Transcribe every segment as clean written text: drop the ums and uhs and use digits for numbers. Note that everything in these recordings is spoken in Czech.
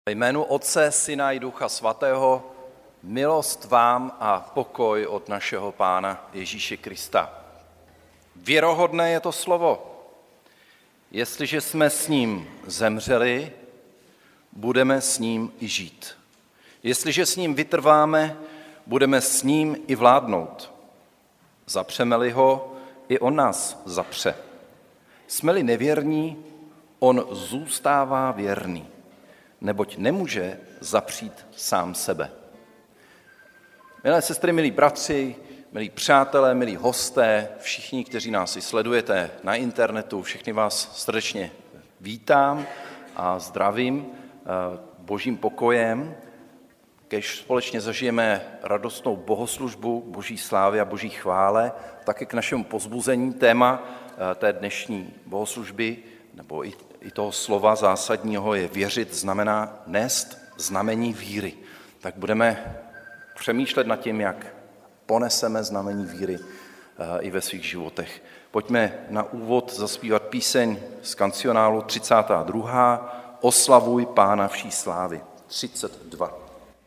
Ve jménu Otce, Syna i Ducha Svatého, milost vám a pokoj od našeho Pána Ježíše Krista. Věrohodné je to slovo. Jestliže jsme s ním zemřeli, budeme s ním i žít. Jestliže s ním vytrváme, budeme s ním i vládnout. Zapřeme-li ho, i on nás zapře. Jsme-li nevěrní, on zůstává věrný, neboť nemůže zapřít sám sebe. Milé sestry, milí bratři, milí přátelé, milí hosté, všichni, kteří nás i sledujete na internetu, všechny vás srdečně vítám a zdravím božím pokojem, kež společně zažijeme radostnou bohoslužbu boží slávy a boží chvále, také k našemu povzbuzení téma té dnešní bohoslužby, nebo i toho slova zásadního je věřit, znamená nést znamení víry. Tak budeme přemýšlet nad tím, jak poneseme znamení víry i ve svých životech. Pojďme na úvod zaspívat píseň z kancionálu 32. Oslavuj Pána vší slávy. 32.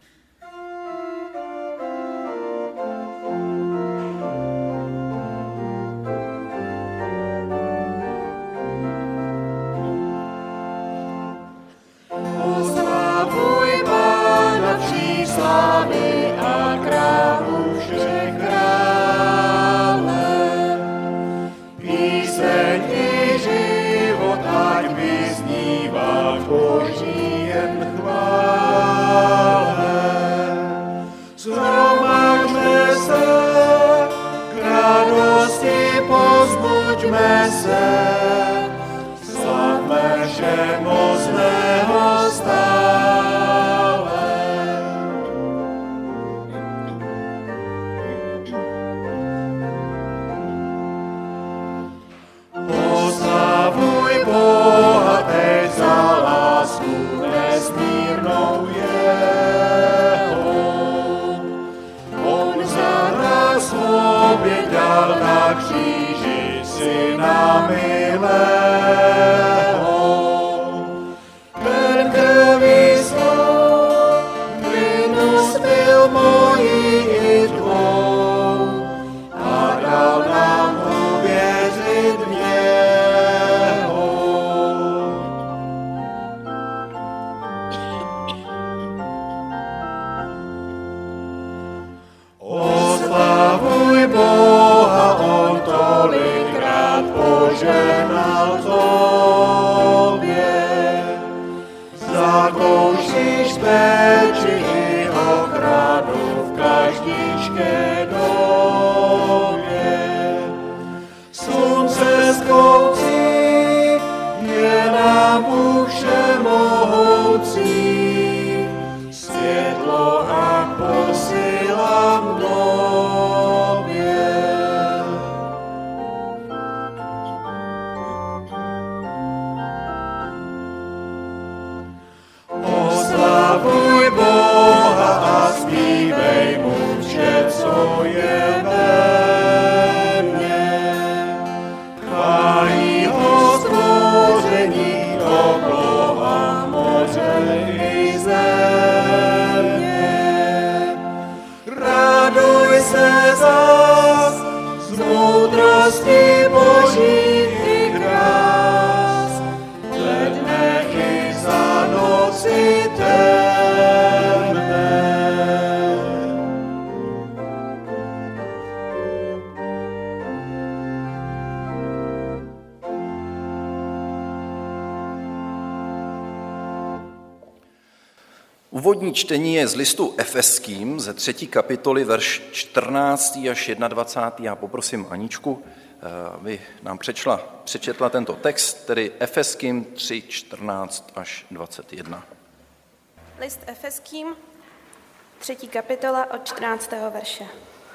Úvodní čtení je z listu Efeským ze 3. kapitoly, verš 14. až 21. Já poprosím Aničku, aby nám přečetla tento text, tedy Efeským 3, 14 až 21. List Efeským, 3. kapitola od 14. verše.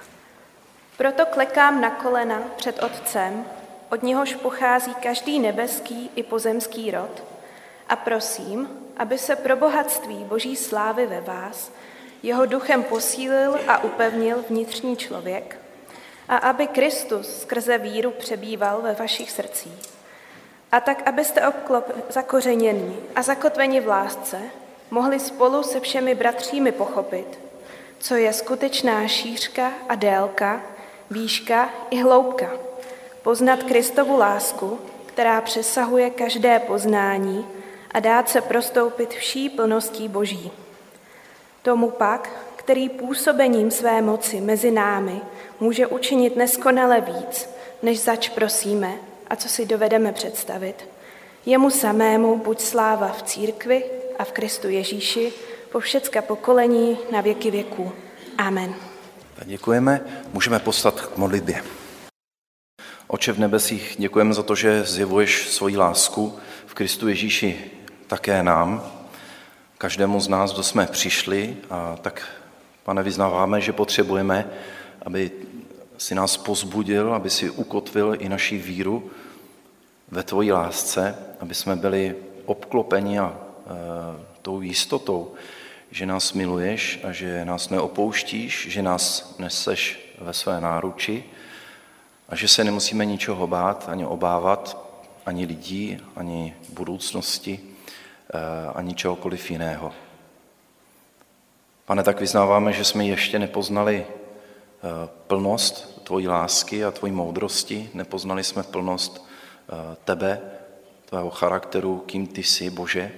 Proto klekám na kolena před Otcem, od něhož pochází každý nebeský i pozemský rod, a prosím, aby se pro bohatství Boží slávy ve vás jeho duchem posílil a upevnil vnitřní člověk a aby Kristus skrze víru přebýval ve vašich srdcích. A tak, abyste zakořeněni a zakotveni v lásce, mohli spolu se všemi bratřími pochopit, co je skutečná šířka a délka, výška i hloubka, poznat Kristovu lásku, která přesahuje každé poznání a dát se prostoupit vší plností Boží. Tomu pak, který působením své moci mezi námi může učinit neskonale víc, než zač prosíme a co si dovedeme představit. Jemu samému buď sláva v církvi a v Kristu Ježíši po všecka pokolení na věky věků. Amen. Děkujeme, můžeme postat k modlitbě. Oče v nebesích, děkujeme za to, že zjevuješ svoji lásku v Kristu Ježíši také nám, každému z nás, kdo jsme přišli, a tak, Pane, vyznáváme, že potřebujeme, aby si nás povzbudil, aby si ukotvil i naši víru ve tvojí lásce, aby jsme byli obklopeni tou jistotou, že nás miluješ a že nás neopouštíš, že nás neseš ve své náruči a že se nemusíme ničeho bát, ani obávat, ani lidí, ani budoucnosti, ani čehokoliv jiného. Pane, tak vyznáváme, že jsme ještě nepoznali plnost tvojí lásky a tvojí moudrosti, nepoznali jsme plnost tebe, tvého charakteru, kým ty jsi, Bože.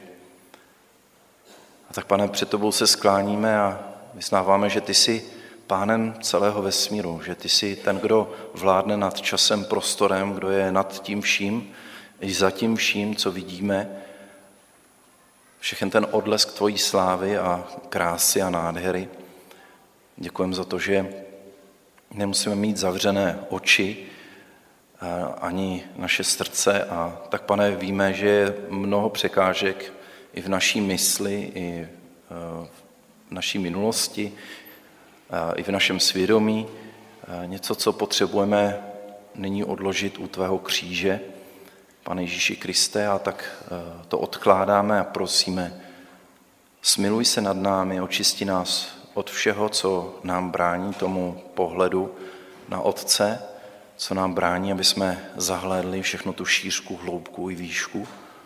A tak, Pane, před tebou se skláníme a vyznáváme, že ty jsi pánem celého vesmíru, že ty jsi ten, kdo vládne nad časem, prostorem, kdo je nad tím vším, i za tím vším, co vidíme. Všechen ten odlesk tvojí slávy a krásy a nádhery. Děkujeme za to, že nemusíme mít zavřené oči, ani naše srdce. A tak, Pane, víme, že je mnoho překážek i v naší mysli, i v naší minulosti, i v našem svědomí. Něco, co potřebujeme nyní odložit u tvého kříže, Pane Ježíši Kriste, a tak to odkládáme a prosíme, smiluj se nad námi, očisti nás od všeho, co nám brání tomu pohledu na Otce, co nám brání, aby jsme zahlédli všechno tu šířku, hloubku i výšku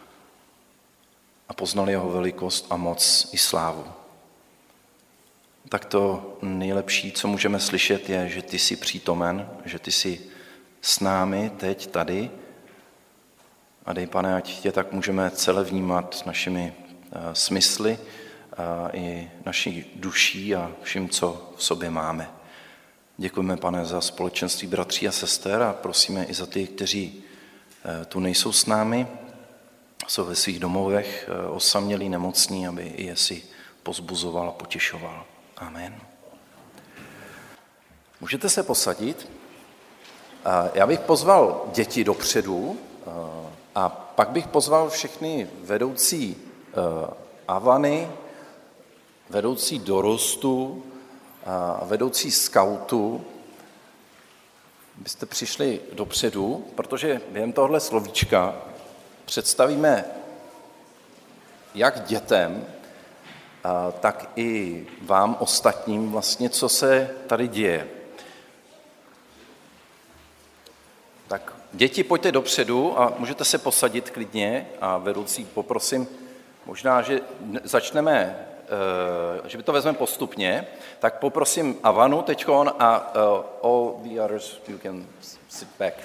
a poznali jeho velikost a moc i slávu. Tak to nejlepší, co můžeme slyšet, je, že ty jsi přítomen, že ty jsi s námi teď, tady. A dej, Pane, ať tě tak můžeme celé vnímat našimi smysly i naší duší a vším, co v sobě máme. Děkujeme, Pane, za společenství bratří a sester a prosíme i za ty, kteří tu nejsou s námi, jsou ve svých domovech osamělí, nemocní, aby i je si pozbuzoval a potěšoval. Amen. Můžete se posadit. Já bych pozval děti dopředu a pak bych pozval všechny vedoucí Avany, vedoucí dorostu a vedoucí skautu, byste přišli dopředu, protože během tohle slovíčka představíme jak dětem, tak i vám ostatním vlastně, co se tady děje. Tak děti, pojďte dopředu a můžete se posadit klidně a vedoucí poprosím, možná, že začneme, že by to vezmeme postupně, tak poprosím Avanu teďkon a all the others, you can sit back.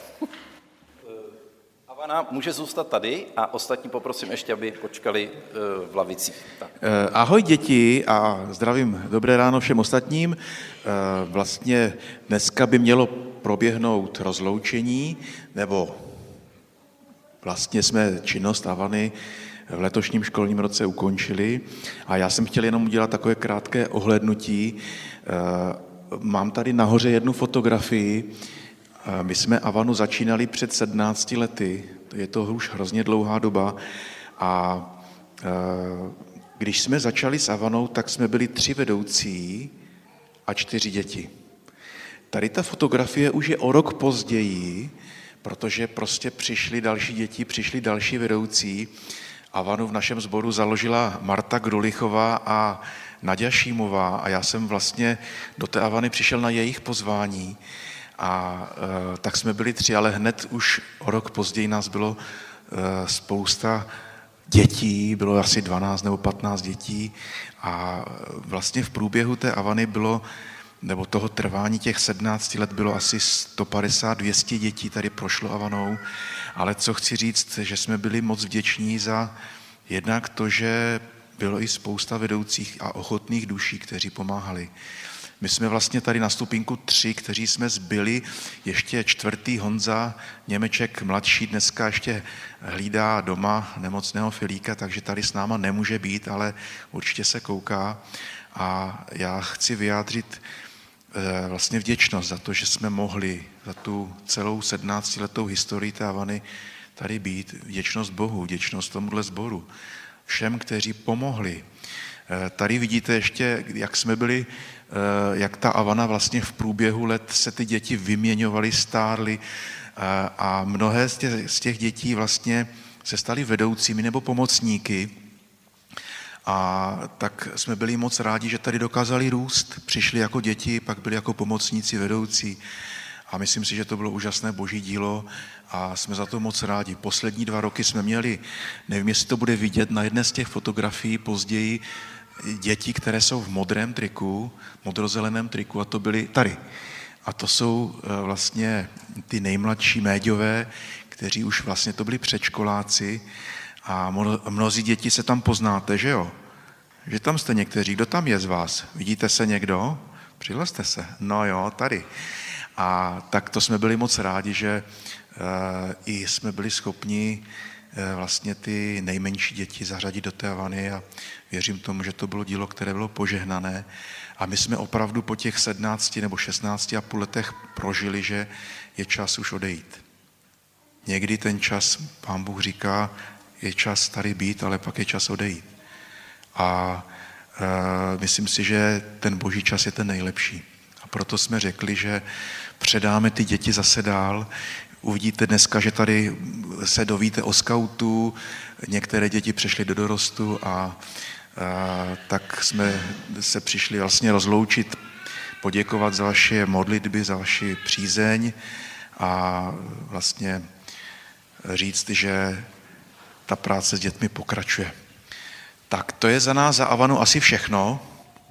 Avana může zůstat tady a ostatní poprosím ještě, aby počkali v lavicích. Tak. Ahoj děti a zdravím, dobré ráno všem ostatním. Vlastně dneska by mělo proběhnout rozloučení, nebo vlastně jsme činnost Avany v letošním školním roce ukončili a já jsem chtěl jenom udělat takové krátké ohlédnutí. Mám tady nahoře jednu fotografii. My jsme Avanu začínali před 17 lety, je to už hrozně dlouhá doba a když jsme začali s Avanou, tak jsme byli 3 vedoucí a 4 děti. Tady ta fotografie už je o rok později, protože prostě přišly další děti, přišli další vedoucí. Avanu v našem sboru založila Marta Grulichová a Naďa Šímová a já jsem vlastně do té Avany přišel na jejich pozvání. A tak jsme byli 3, ale hned už o rok později nás bylo spousta dětí, bylo asi 12 nebo 15 dětí a vlastně v průběhu té Havany bylo, nebo toho trvání těch 17 let bylo asi 150-200 dětí tady prošlo Havanou, ale co chci říct, že jsme byli moc vděční za jednak to, že bylo i spousta vedoucích a ochotných duší, kteří pomáhali. My jsme vlastně tady na stupínku 3, kteří jsme zbyli, ještě 4. Honza Němeček mladší dneska ještě hlídá doma nemocného Filíka, takže tady s náma nemůže být, ale určitě se kouká. A já chci vyjádřit vlastně vděčnost za to, že jsme mohli za tu celou 17letou historii té Havany tady být. Vděčnost Bohu, vděčnost tomuhle sboru. Všem, kteří pomohli. Tady vidíte ještě, jak jsme byli, jak ta Havana vlastně v průběhu let se ty děti vyměňovaly, stárly a mnohé z těch dětí vlastně se staly vedoucími nebo pomocníky. A tak jsme byli moc rádi, že tady dokázali růst. Přišli jako děti, pak byli jako pomocníci, vedoucí. A myslím si, že to bylo úžasné boží dílo a jsme za to moc rádi. Poslední 2 roky jsme měli, nevím, jestli to bude vidět, na jedné z těch fotografií později děti, které jsou v modrém triku, modrozeleném triku a to byly tady. A to jsou vlastně ty nejmladší méďové, kteří už vlastně to byli předškoláci a mnozí děti se tam poznáte, že jo? Že tam jste někteří. Kdo tam je z vás? Vidíte se někdo? Přihlaste se. No jo, tady. A tak to jsme byli moc rádi, že i jsme byli schopni vlastně ty nejmenší děti zařadit do té Havany a věřím tomu, že to bylo dílo, které bylo požehnané. A my jsme opravdu po těch 17 nebo 16,5 letech prožili, že je čas už odejít. Někdy ten čas, Pán Bůh říká, je čas tady být, ale pak je čas odejít. A myslím si, že ten boží čas je ten nejlepší. A proto jsme řekli, že předáme ty děti zase dál. Uvidíte dneska, že tady se dovíte o skautu, některé děti přešly do dorostu a tak jsme se přišli vlastně rozloučit, poděkovat za vaše modlitby, za vaši přízeň a vlastně říct, že ta práce s dětmi pokračuje. Tak to je za nás, za Havanu asi všechno.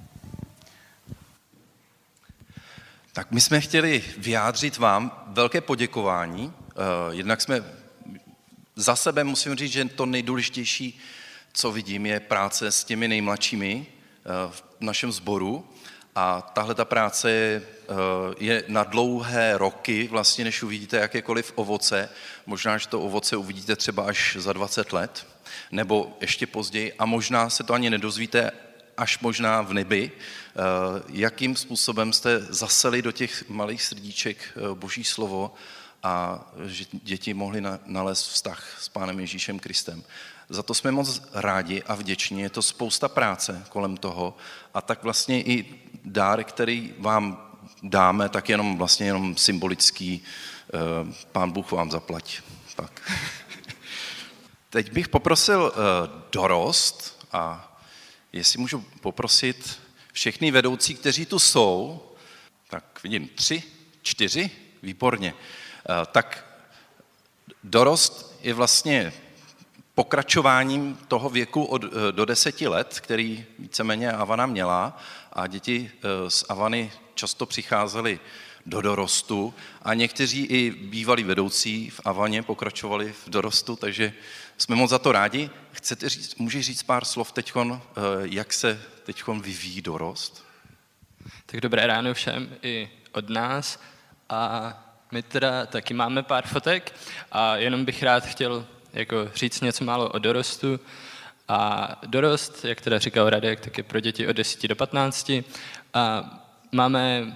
Tak my jsme chtěli vyjádřit vám velké poděkování. Jednak jsme za sebe musím říct, že to nejdůležitější, co vidím, je práce s těmi nejmladšími v našem sboru. A tahle ta práce je na dlouhé roky, vlastně než uvidíte jakékoliv ovoce. Možná, že to ovoce uvidíte třeba až za 20 let, nebo ještě později. A možná se to ani nedozvíte až možná v nebi, jakým způsobem jste zaseli do těch malých srdíček Boží slovo a že děti mohly nalézt vztah s Pánem Ježíšem Kristem. Za to jsme moc rádi a vděční, je to spousta práce kolem toho a tak vlastně i dár, který vám dáme, tak jenom symbolický, Pán Bůh vám zaplať. Tak. Teď bych poprosil dorost a jestli můžu poprosit všechny vedoucí, kteří tu jsou, tak vidím 3, 4, výborně. Tak dorost je vlastně pokračováním toho věku do 10 let, který víceméně Havana měla a děti z Havany často přicházely do dorostu a někteří i bývalí vedoucí v Havaně pokračovali v dorostu, takže jsme moc za to rádi. Můžeš říct pár slov teďkon, jak se teďkon vyvíjí dorost? Tak dobré ráno všem i od nás a my teda taky máme pár fotek a jenom bych rád chtěl jako říct něco málo o dorostu. A dorost, jak teda říkal Radek, tak je pro děti od 10 do 15 a máme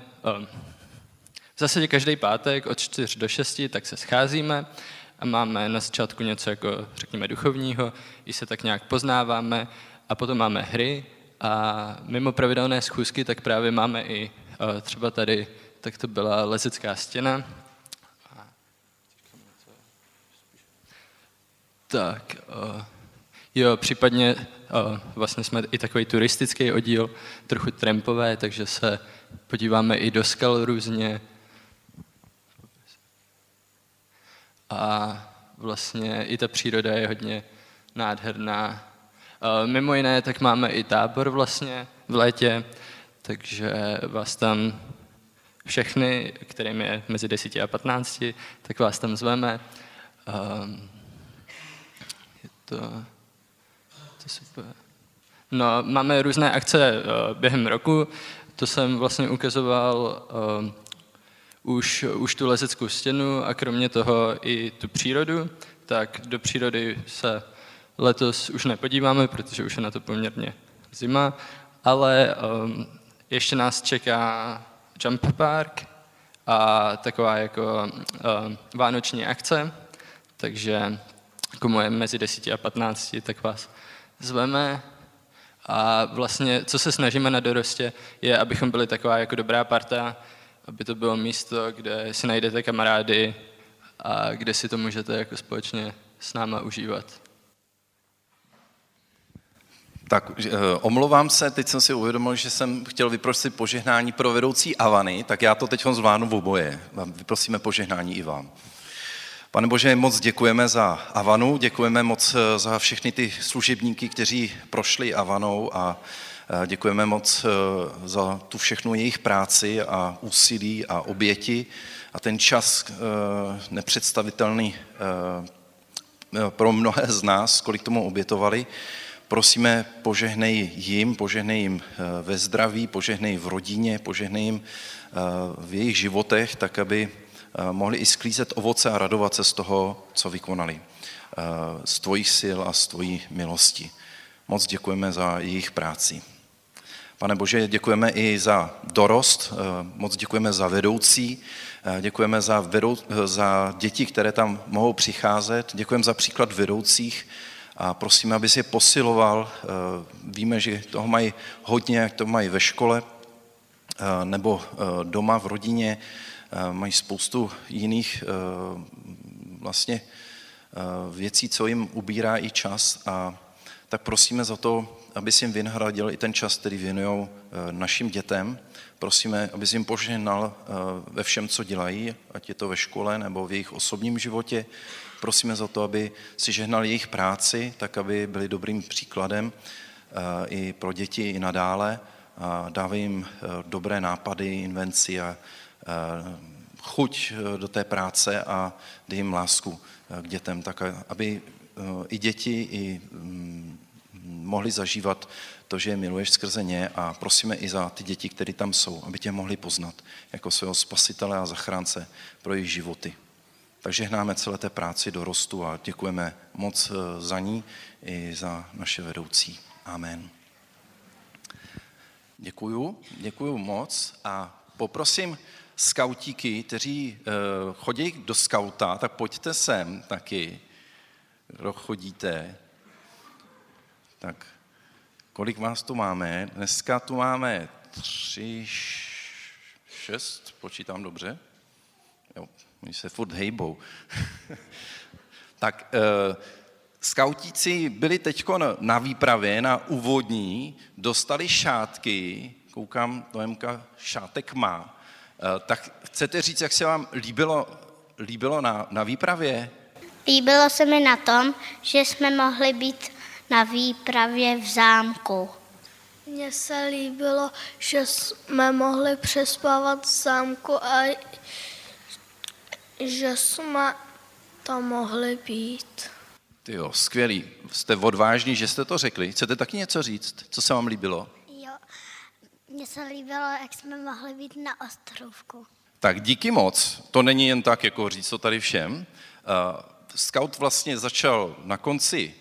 v zásadě každý pátek od 4 do 6, tak se scházíme a máme na začátku něco jako, řekněme, duchovního, i se tak nějak poznáváme a potom máme hry a mimo pravidelné schůzky, tak právě máme i třeba tady, tak to byla lezecká stěna. Tak, jo, případně vlastně jsme i takový turistický oddíl, trochu trampové, takže se podíváme i do skal různě. A vlastně i ta příroda je hodně nádherná. Mimo jiné, tak máme i tábor vlastně v létě, takže vás tam všechny, kterým je mezi 10 a 15, tak vás tam zveme. Je to super. No, máme různé akce během roku, to jsem vlastně ukazoval už tu lezeckou stěnu a kromě toho i tu přírodu, tak do přírody se letos už nepodíváme, protože už je na to poměrně zima, ale ještě nás čeká Jump Park a taková jako vánoční akce, takže komu je mezi 10 a 15, tak vás zveme. A vlastně, co se snažíme na Dorostě, je, abychom byli taková jako dobrá parta, aby to bylo místo, kde si najdete kamarády a kde si to můžete jako společně s náma užívat. Tak omlouvám se, teď jsem si uvědomil, že jsem chtěl vyprosit požehnání pro vedoucí Avany, tak já to teď zvládnu v oboje. Vyprosíme požehnání i vám. Pane Bože, moc děkujeme za Avanu, děkujeme moc za všechny ty služebníky, kteří prošli Avanou a děkujeme moc za tu všechnu jejich práci a úsilí a oběti a ten čas nepředstavitelný pro mnohé z nás, kolik tomu obětovali. Prosíme, požehnej jim ve zdraví, požehnej v rodině, požehnej jim v jejich životech, tak aby mohli i sklízet ovoce a radovat se z toho, co vykonali, z tvojich sil a z tvojí milosti. Moc děkujeme za jejich práci. Pane Bože, děkujeme i za dorost, moc děkujeme za vedoucí, děkujeme za děti, které tam mohou přicházet, děkujeme za příklad vedoucích a prosíme, aby si je posiloval. Víme, že toho mají hodně, jak to mají ve škole nebo doma v rodině, mají spoustu jiných vlastně věcí, co jim ubírá i čas a tak prosíme za to, aby si jim vynahradil i ten čas, který věnují našim dětem. Prosíme, aby si jim požehnal ve všem, co dělají, ať je to ve škole nebo v jejich osobním životě. Prosíme za to, aby si žehnal jejich práci, tak aby byli dobrým příkladem i pro děti i nadále. Dávej jim dobré nápady, invenci a chuť do té práce a dej jim lásku k dětem, tak aby i děti i mohli zažívat to, že je miluješ skrze ně a prosíme i za ty děti, které tam jsou, aby tě mohli poznat jako svého spasitele a zachránce pro jejich životy. Takže hnáme celé té práci dorostu a děkujeme moc za ní i za naše vedoucí. Amen. Děkuju moc a poprosím skautíky, kteří chodí do skauta, tak pojďte sem taky, kdo chodíte. Tak kolik vás tu máme? Dneska tu máme 3, 6, počítám dobře? Jo, oni se furt hejbou. Tak skautíci byli teď na výpravě, na úvodní, dostali šátky, koukám, Noemka šátek má. Tak chcete říct, jak se vám líbilo na výpravě? Líbilo se mi na tom, že jsme mohli být na výpravě v zámku. Mně se líbilo, že jsme mohli přespávat v zámku a že jsme tam mohli být. Tyjo, skvělý. Jste odvážní, že jste to řekli. Chcete taky něco říct? Co se vám líbilo? Jo, mně se líbilo, jak jsme mohli být na ostrovku. Tak díky moc. To není jen tak, jako říct to tady všem. Scout vlastně začal na konci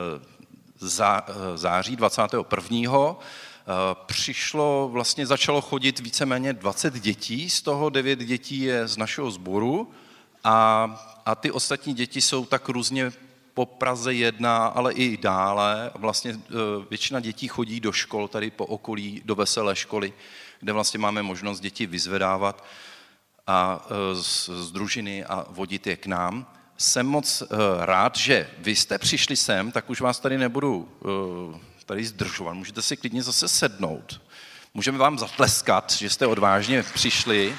září 21. Začalo chodit víceméně 20 dětí, z toho 9 dětí je z našeho sboru a ty ostatní děti jsou tak různě po Praze 1, ale i dále. Vlastně většina dětí chodí do škol tady po okolí, do veselé školy, kde vlastně máme možnost děti vyzvedávat a z družiny a vodit je k nám. Jsem moc rád, že vy jste přišli sem, tak už vás tady nebudu tady zdržovat. Můžete si klidně zase sednout. Můžeme vám zatleskat, že jste odvážně přišli.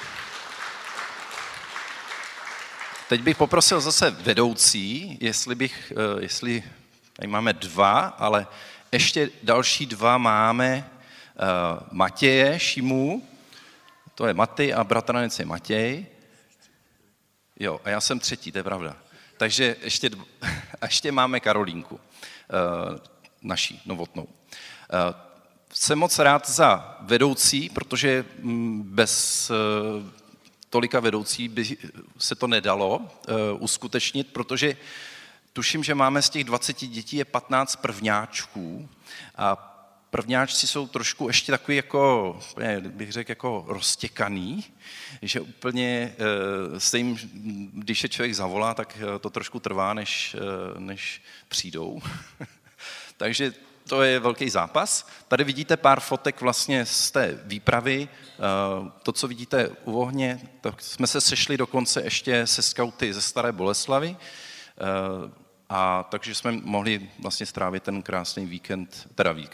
Teď bych poprosil zase vedoucí, jestli Tady máme 2, ale ještě další 2 máme Matěje Šimu, to je Maty a bratranec je Matěj. Jo, a já jsem 3, to je pravda. Takže ještě máme Karolínku, naší Novotnou. Jsem moc rád za vedoucí, protože bez tolika vedoucí by se to nedalo uskutečnit, protože tuším, že máme z těch 20 dětí je 15 prvňáčků a prvňáčci jsou trošku ještě takový jako, bych řekl, jako roztěkaný, že úplně se jim, když je člověk zavolá, tak to trošku trvá, než přijdou. Takže to je velký zápas. Tady vidíte pár fotek vlastně z té výpravy. To, co vidíte u ohně, tak jsme se sešli dokonce ještě se skauty ze Staré Boleslavy. A takže jsme mohli vlastně strávit ten krásný víkend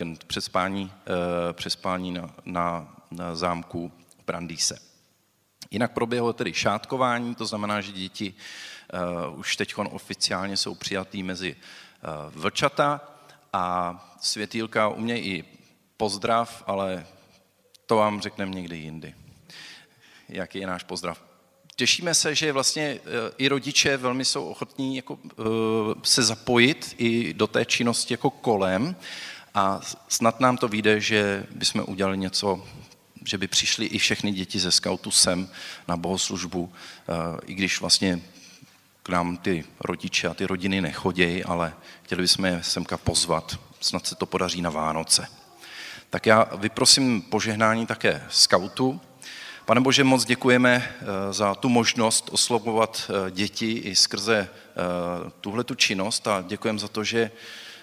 přespání na zámku v Brandýse. Jinak proběhlo tedy šátkování, to znamená, že děti už teď oficiálně jsou přijatý mezi vlčata a světýlka umějí i pozdrav, ale to vám řekneme někdy jindy. Jaký je náš pozdrav? Těšíme se, že vlastně i rodiče velmi jsou ochotní jako, se zapojit i do té činnosti jako kolem a snad nám to vyjde, že bychom udělali něco, že by přišly i všechny děti ze skautu sem na bohoslužbu, i když vlastně k nám ty rodiče a ty rodiny nechodějí, ale chtěli bychom je semka pozvat. Snad se to podaří na Vánoce. Tak já vyprosím požehnání také skautu. Pane Bože, moc děkujeme za tu možnost oslovovat děti i skrze tuhletu činnost a děkujeme za to, že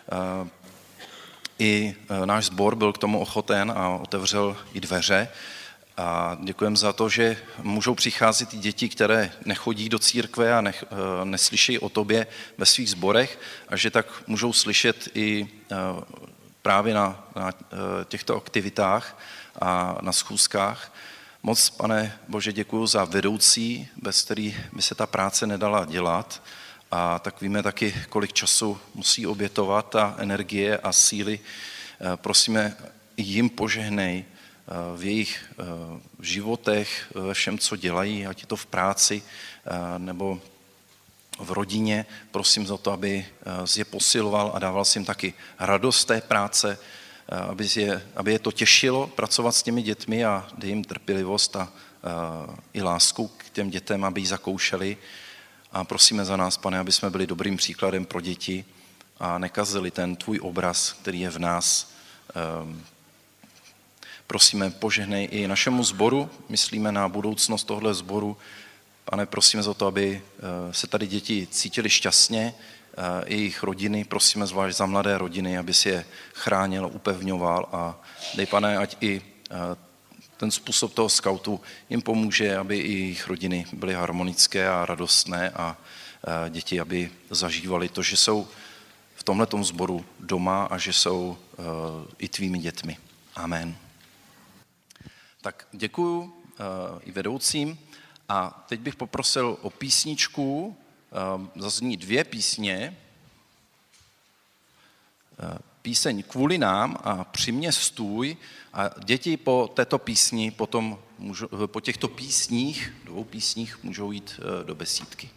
i náš sbor byl k tomu ochoten a otevřel i dveře. A děkujeme za to, že můžou přicházet i děti, které nechodí do církve a neslyší o tobě ve svých sborech a že tak můžou slyšet i právě na těchto aktivitách a na schůzkách. Moc, Pane Bože, děkuju za vedoucí, bez kterých by se ta práce nedala dělat. A tak víme taky, kolik času musí obětovat a energie a síly. Prosíme, jim požehnej v jejich životech, ve všem, co dělají, ať je to v práci nebo v rodině. Prosím za to, aby je posiloval a dával si jim taky radost té práce, aby je to těšilo pracovat s těmi dětmi a dej jim trpělivost a i lásku k těm dětem, aby ji zakoušeli. A prosíme za nás, Pane, aby jsme byli dobrým příkladem pro děti a nekazili ten tvůj obraz, který je v nás. Prosíme, požehnej i našemu sboru, myslíme na budoucnost tohle sboru. Pane, prosíme za to, aby se tady děti cítili šťastně, i jejich rodiny, prosíme zvlášť za mladé rodiny, aby si je chránil, upevňoval a dej, Pane, ať i ten způsob toho skautu jim pomůže, aby i jejich rodiny byly harmonické a radostné a děti, aby zažívali to, že jsou v tomhletom sboru doma a že jsou i tvými dětmi. Amen. Tak děkuju i vedoucím a teď bych poprosil o písničku, zazní 2 písně, píseň Kvůli nám a Při mě stůj a děti po této písni potom po těchto písních, 2 písních můžou jít do besídky.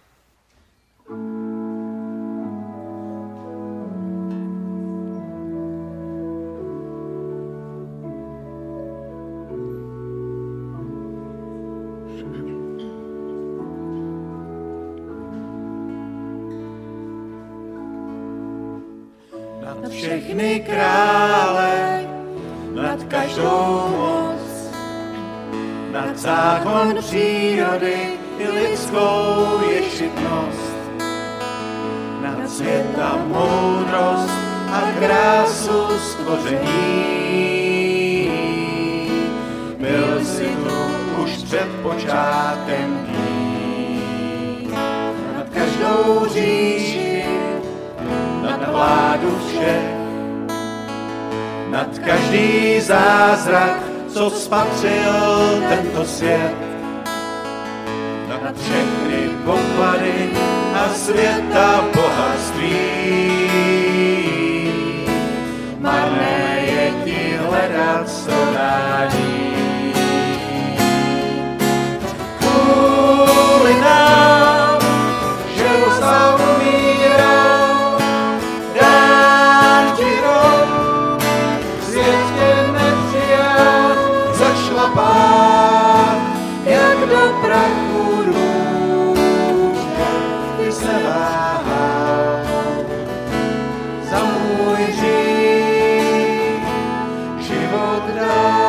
Nad všechny krále, nad každou moc, nad zákon přírody i lidskou ješitnost, nad světa moudrost a krásu stvoření. Byl jsi tu už před počátkem dní, nad každou říši, nad vládu všech, nad každý zázrak, co spatřil tento svět, nad všechny poklady a světa bohatství. hledat srovnání. Kvůli nám žil a umíral, dám ti rok, svět tě nepřijal, zašlapá, jak do prachu růže, ty se váhal za můj hřích, život dál.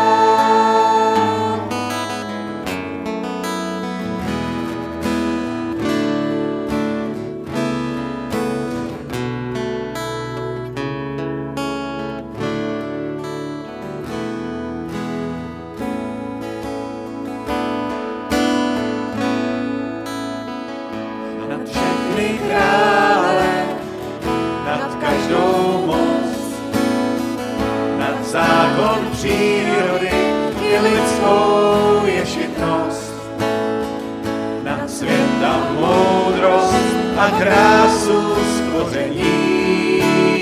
Nad všechny krále, nad každou moc, nad zákon přírody i lidskou ješitnost, nad světa moudrost a krásu stvoření.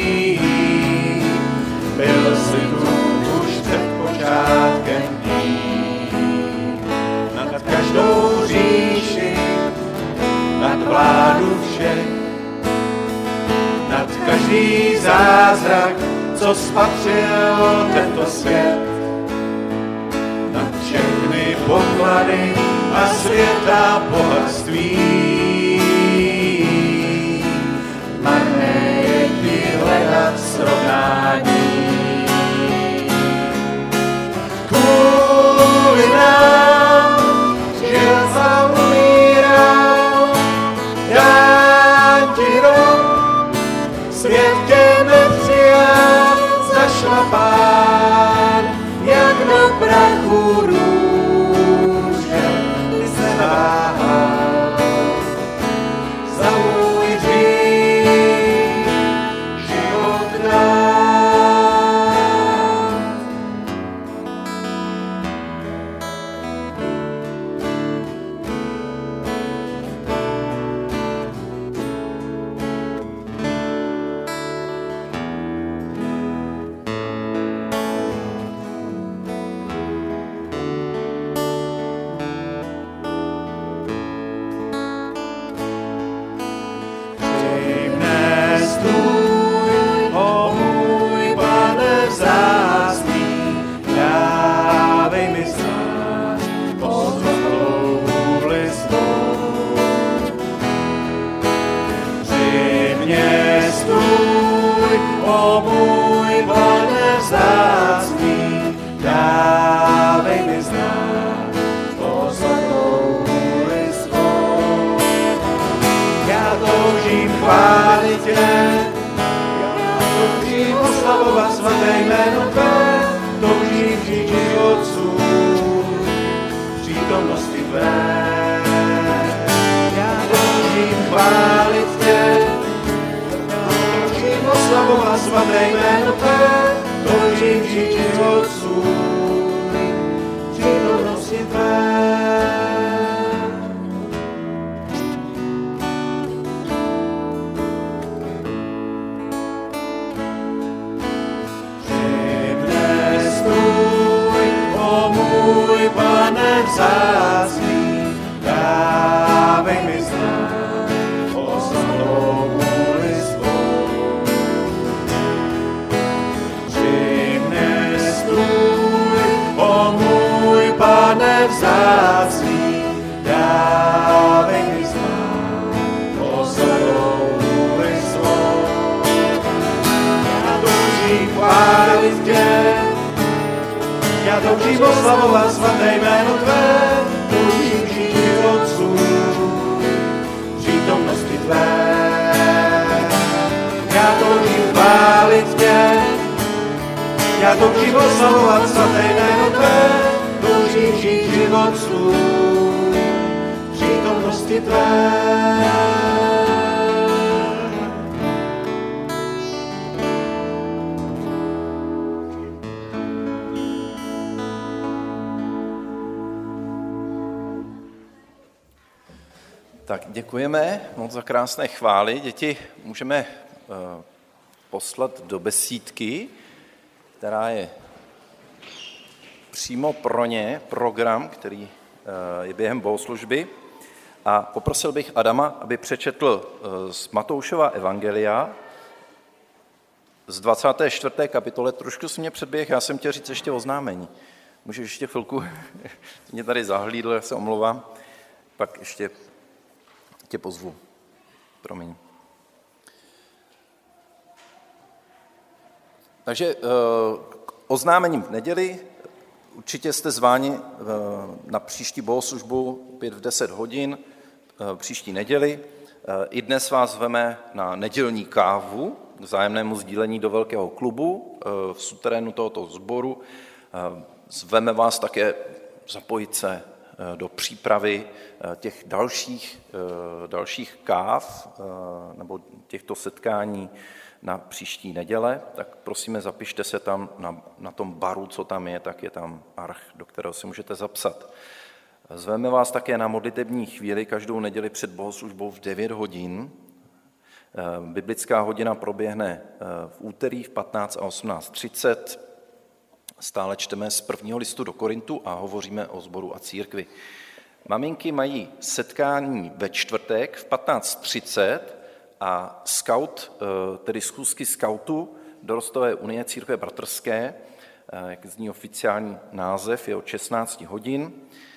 Byl jsi tu už před počátkem dní, nad každou říši, nad vládu všech, nad každý zázrak, co spatřil tento svět, nad všechny poklady a světa bohatství. Marné je ti hledat srovnání. Kvůli nám žil a umíral, dám ti rok, svět tě nepřijal, zašlapán, jak do prachu růže, ty se váhal za můj hřích, život dál. Přijmne stůj, o můj Pane vzácný, dávej mi znát o tvou vůli svou. Přijmne stůj, o můj Pane vzácný, dávej mi znát o tvou vůli svou. Já toužím chválit tě, já toužím oslavovat svaté jméno tvé, toužím žít život svůj v přítomnosti tvé. Já toužím chválit tě, já toužím oslavovat svaté jméno tvé, toužím žít život svůj v přítomnosti tvé. Přijmne stůj, o můj Pane vzácný, dávej mi znát o svou vůli svou. Přijmne stůj, o můj Pane vzácný, dávej mi znát o svou vůli svou. Já toužím chválit tě, já toužím oslavovat svaté jméno tvé, toužím žít život svůj v přítomnosti tvé. Já toužím chválit tě, já toužím oslavovat svaté jméno tvé, toužím žít život svůj v přítomnosti tvé. Tak děkujeme moc za krásné chvály. Děti můžeme poslat do besídky, která je přímo pro ně program, který je během bohoslužby. A poprosil bych Adama, aby přečetl z Matoušova evangelia z 24. kapitole. Trošku si mě předběh, já jsem chtěl říct ještě oznámení. Můžeš ještě chvilku? Mě tady zahlídl, já se omlouvám. Pak ještě tě pozvu. Promiň. Takže oznámením v neděli. Určitě jste zváni na příští bohoslužbu opět v 10 hodin, příští neděli. I dnes vás zveme na nedělní kávu k vzájemnému sdílení do velkého klubu v suterénu tohoto sboru. Zveme vás také zapojit se do přípravy těch dalších káv nebo těchto setkání na příští neděle, tak prosíme, zapište se tam na tom baru, co tam je, tak je tam arch, do kterého se můžete zapsat. Zveme vás také na modlitební chvíli každou neděli před bohoslužbou v 9 hodin. Biblická hodina proběhne v úterý v 15 a 18:30. Stále čteme z 1. listu do Korintu a hovoříme o sboru a církvi. Maminky mají setkání ve čtvrtek v 15:30 a scout, tedy schůzky skautu Dorostové unie církve bratrské, jak zní oficiální název, je od 16 hodin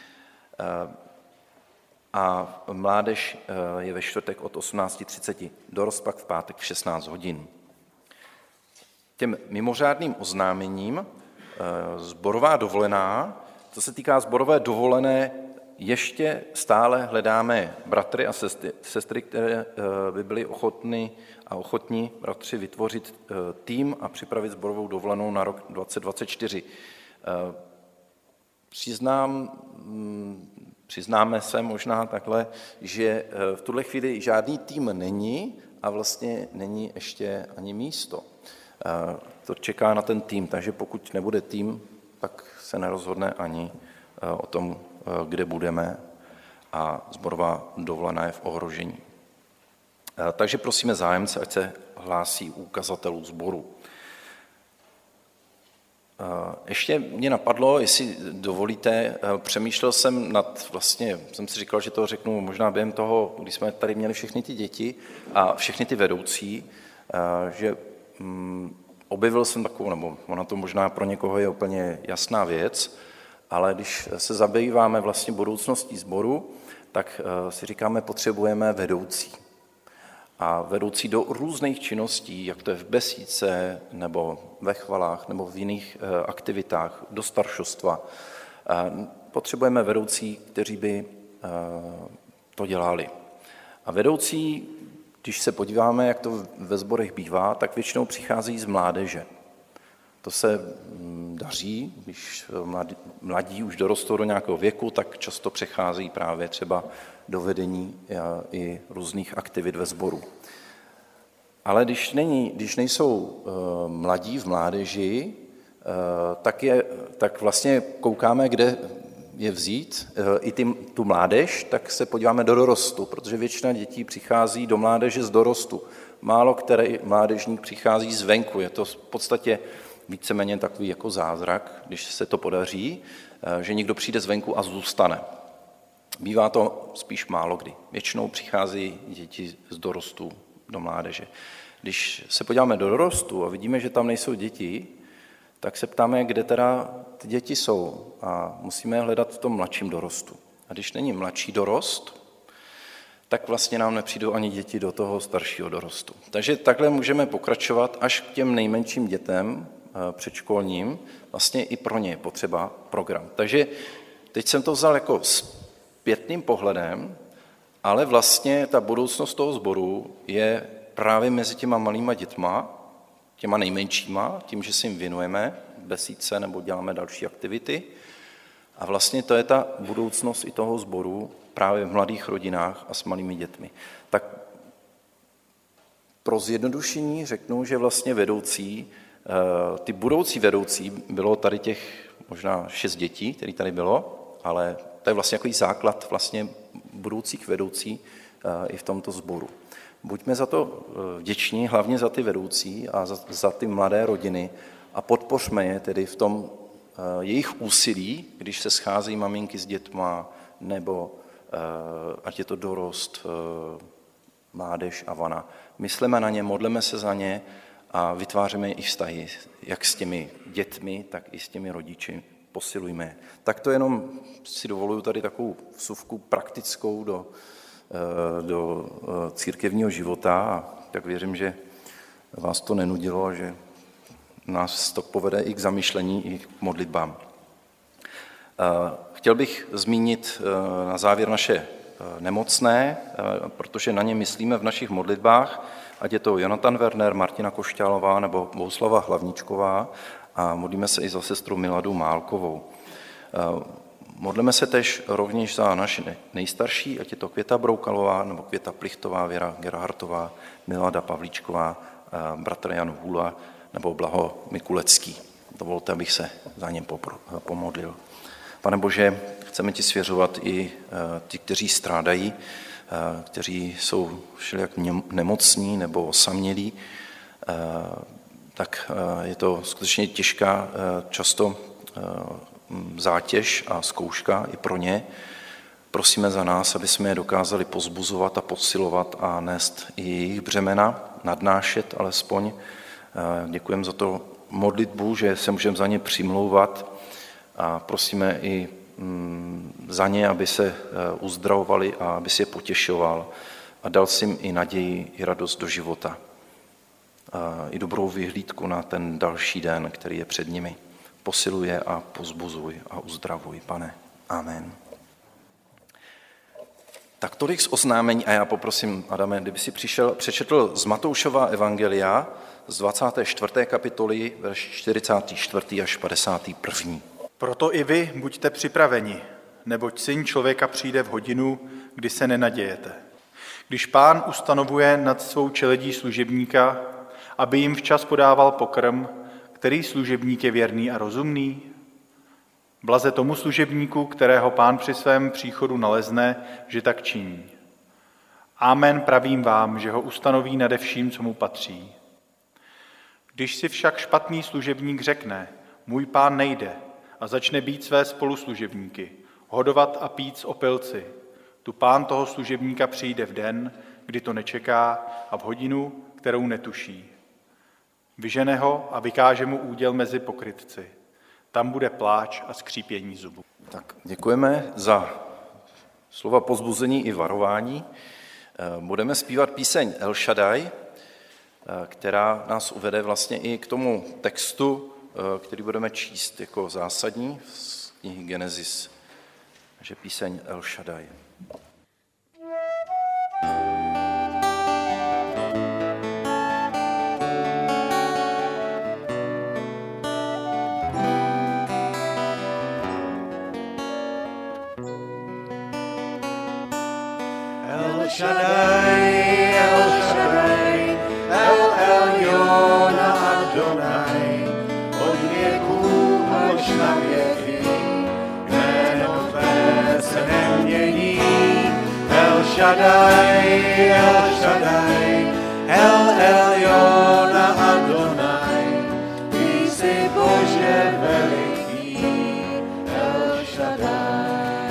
a mládež je ve čtvrtek od 18:30, dorost pak v pátek v 16 hodin. Těm mimořádným oznámením sborová dovolená, co se týká sborové dovolené, ještě stále hledáme bratry a sestry, které by byli ochotní bratři vytvořit tým a připravit sborovou dovolenou na rok 2024. Přiznáme se možná takhle, že v tuhle chvíli žádný tým není a vlastně není ještě ani místo. To čeká na ten tým, takže pokud nebude tým, tak se nerozhodne ani o tom, kde budeme a sborová dovolená je v ohrožení. Takže prosíme zájemce, ať se hlásí u kazatelů sboru. Ještě mě napadlo, jestli dovolíte, přemýšlel jsem jsem si říkal, že to řeknu možná během toho, když jsme tady měli všechny ty děti a všechny ty vedoucí, že objevil jsem takovou, nebo ona to možná pro někoho je úplně jasná věc, ale když se zabýváme vlastně budoucností sboru, tak si říkáme, potřebujeme vedoucí. A vedoucí do různých činností, jak to je v besídce, nebo ve chvalách, nebo v jiných aktivitách, do staršostva. Potřebujeme vedoucí, kteří by to dělali. A vedoucí, když se podíváme, jak to ve sborech bývá, tak většinou přichází z mládeže. To se daří, když mladí už dorostou do nějakého věku, tak často přechází právě třeba do vedení i různých aktivit ve sboru. Ale když nejsou mladí v mládeži, tak vlastně koukáme, kde je vzít i tu mládež, tak se podíváme do dorostu, protože většina dětí přichází do mládeže z dorostu. Málo který mládežník přichází zvenku, je to v podstatě víceméně takový jako zázrak, když se to podaří, že někdo přijde zvenku a zůstane. Bývá to spíš málo kdy. Většinou přichází děti z dorostu do mládeže. Když se podíváme do dorostu a vidíme, že tam nejsou děti, tak se ptáme, kde teda ty děti jsou a musíme je hledat v tom mladším dorostu. A když není mladší dorost, tak vlastně nám nepřijdou ani děti do toho staršího dorostu. Takže takhle můžeme pokračovat až k těm nejmenším dětem předškolním, vlastně i pro ně je potřeba program. Takže teď jsem to vzal jako zpětným pohledem, ale vlastně ta budoucnost toho sboru je právě mezi těma malýma dětma, těma nejmenšíma, tím, že si jim věnujeme besídce nebo děláme další aktivity. A vlastně to je ta budoucnost i toho sboru právě v mladých rodinách a s malými dětmi. Tak pro zjednodušení řeknu, že vlastně vedoucí, ty budoucí vedoucí, bylo tady těch možná 6 dětí, který tady bylo, ale to je vlastně takový základ vlastně budoucích vedoucí i v tomto sboru. Buďme za to vděční, hlavně za ty vedoucí a za ty mladé rodiny a podpořme je tedy v tom jejich úsilí, když se schází maminky s dětma, nebo ať je to dorost, mládež a vana. Myslíme na ně, modleme se za ně a vytváříme i vztahy, jak s těmi dětmi, tak i s těmi rodiči. Posilujme. Tak to jenom si dovoluju tady takovou vsuvku praktickou do církevního života a tak věřím, že vás to nenudilo a že nás to povede i k zamyšlení, i k modlitbám. Chtěl bych zmínit na závěr naše nemocné, protože na ně myslíme v našich modlitbách, ať je to Jonatan Werner, Martina Košťálová nebo Bohuslava Hlavničková a modlíme se i za sestru Miladu Málkovou. Modlíme se tež rovněž za naše nejstarší, ať je to Květa Broukalová nebo Květa Plichtová, Věra Gerhartová, Milada Pavlíčková, bratr Jan Hůla nebo Blaho Mikulecký. Dovolte, abych se za ně pomodlil. Pane Bože, chceme ti svěřovat i ty, kteří strádají, kteří jsou všelijak nemocní nebo osamělí, tak je to skutečně těžká často zátěž a zkouška i pro ně. Prosíme za nás, aby jsme je dokázali pozbuzovat a posilovat a nést i jejich břemena, nadnášet alespoň. Děkujeme za to modlitbu, že se můžeme za ně přimlouvat a prosíme i za ně, aby se uzdravovali a aby si je potěšoval a dal si jim i naději, i radost do života. I dobrou vyhlídku na ten další den, který je před nimi. Posiluje a pozbuzuj a uzdravuj, Pane. Amen. Tak tolik z oznámení a já poprosím, Adame, kdyby si přečetl z Matoušova evangelia z 24. kapitoly, verš 44. až 51. Proto i vy buďte připraveni, neboť Syn člověka přijde v hodinu, kdy se nenadějete. Když Pán ustanovuje nad svou čeledí služebníka, aby jim včas podával pokrm, který služebník je věrný a rozumný? Blaze tomu služebníku, kterého Pán při svém příchodu nalezne, že tak činí. Amen, pravím vám, že ho ustanoví nade vším, co mu patří. Když si však špatný služebník řekne, můj pán nejde, a začne být své spoluslužebníky, hodovat a pít z opilci, tu Pán toho služebníka přijde v den, kdy to nečeká a v hodinu, kterou netuší. Vyžene ho a vykáže mu úděl mezi pokrytci. Tam bude pláč a skřípění zubů. Tak děkujeme za slova povzbuzení i varování. Budeme zpívat píseň El Shaddai, která nás uvede vlastně i k tomu textu, který budeme číst jako zásadní z knihy Genesis, že píseň El Shaddai. El Shaddai, El Shaddai, El Elyon Adonai, od věků až na věky, jméno tvé se nemění. El Shaddai, El Shaddai, El Elyon Adonai, ty jsi Bože veliký, El Shaddai.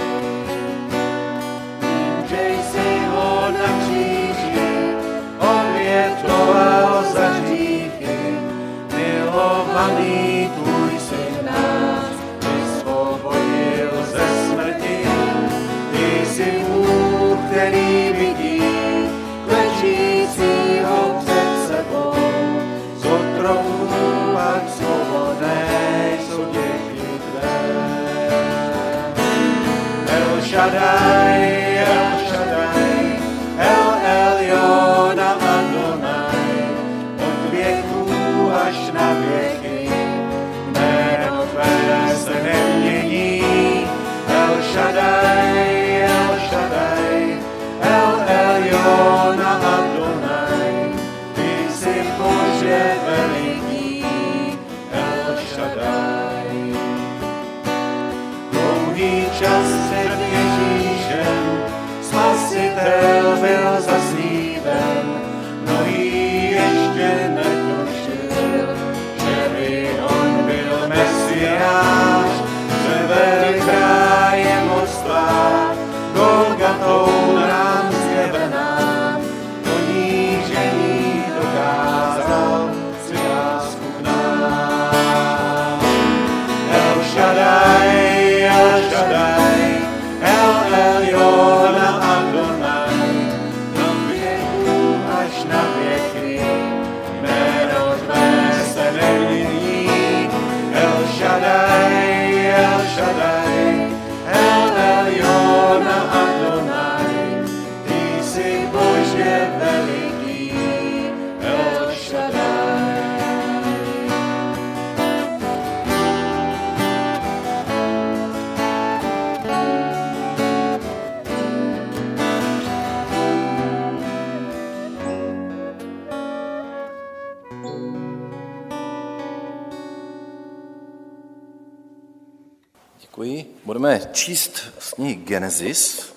Obětoval za hříchy, milovaný tvůj syn nás vysvobodil ze smrti. Ty jsi Bůh, který vidí klečícího před sebou, z otroků pak svobodné jsou děti tvé. El Shaddai, El Shaddai, El Elyon Adonai, od věků až na věky, jméno tvé se nemění. El Shaddai, El Shaddai, El Elyon Adonai, ty jsi Bože veliký, El Shaddai. Dlouhý čas před Ježíšem Spasitel byl zaslíben, mnohý ještě netušil, že by on byl Mesiáš. Shaddai, El Shaddai, El Elyon, Adonai, na věku až na věky, jméno tvé se nemění. El Shaddai, El Shaddai, El Elyon, Adonai, ty jsi Bože veliký, El Shaddai. Děkuji. Budeme číst z knihy Genesis,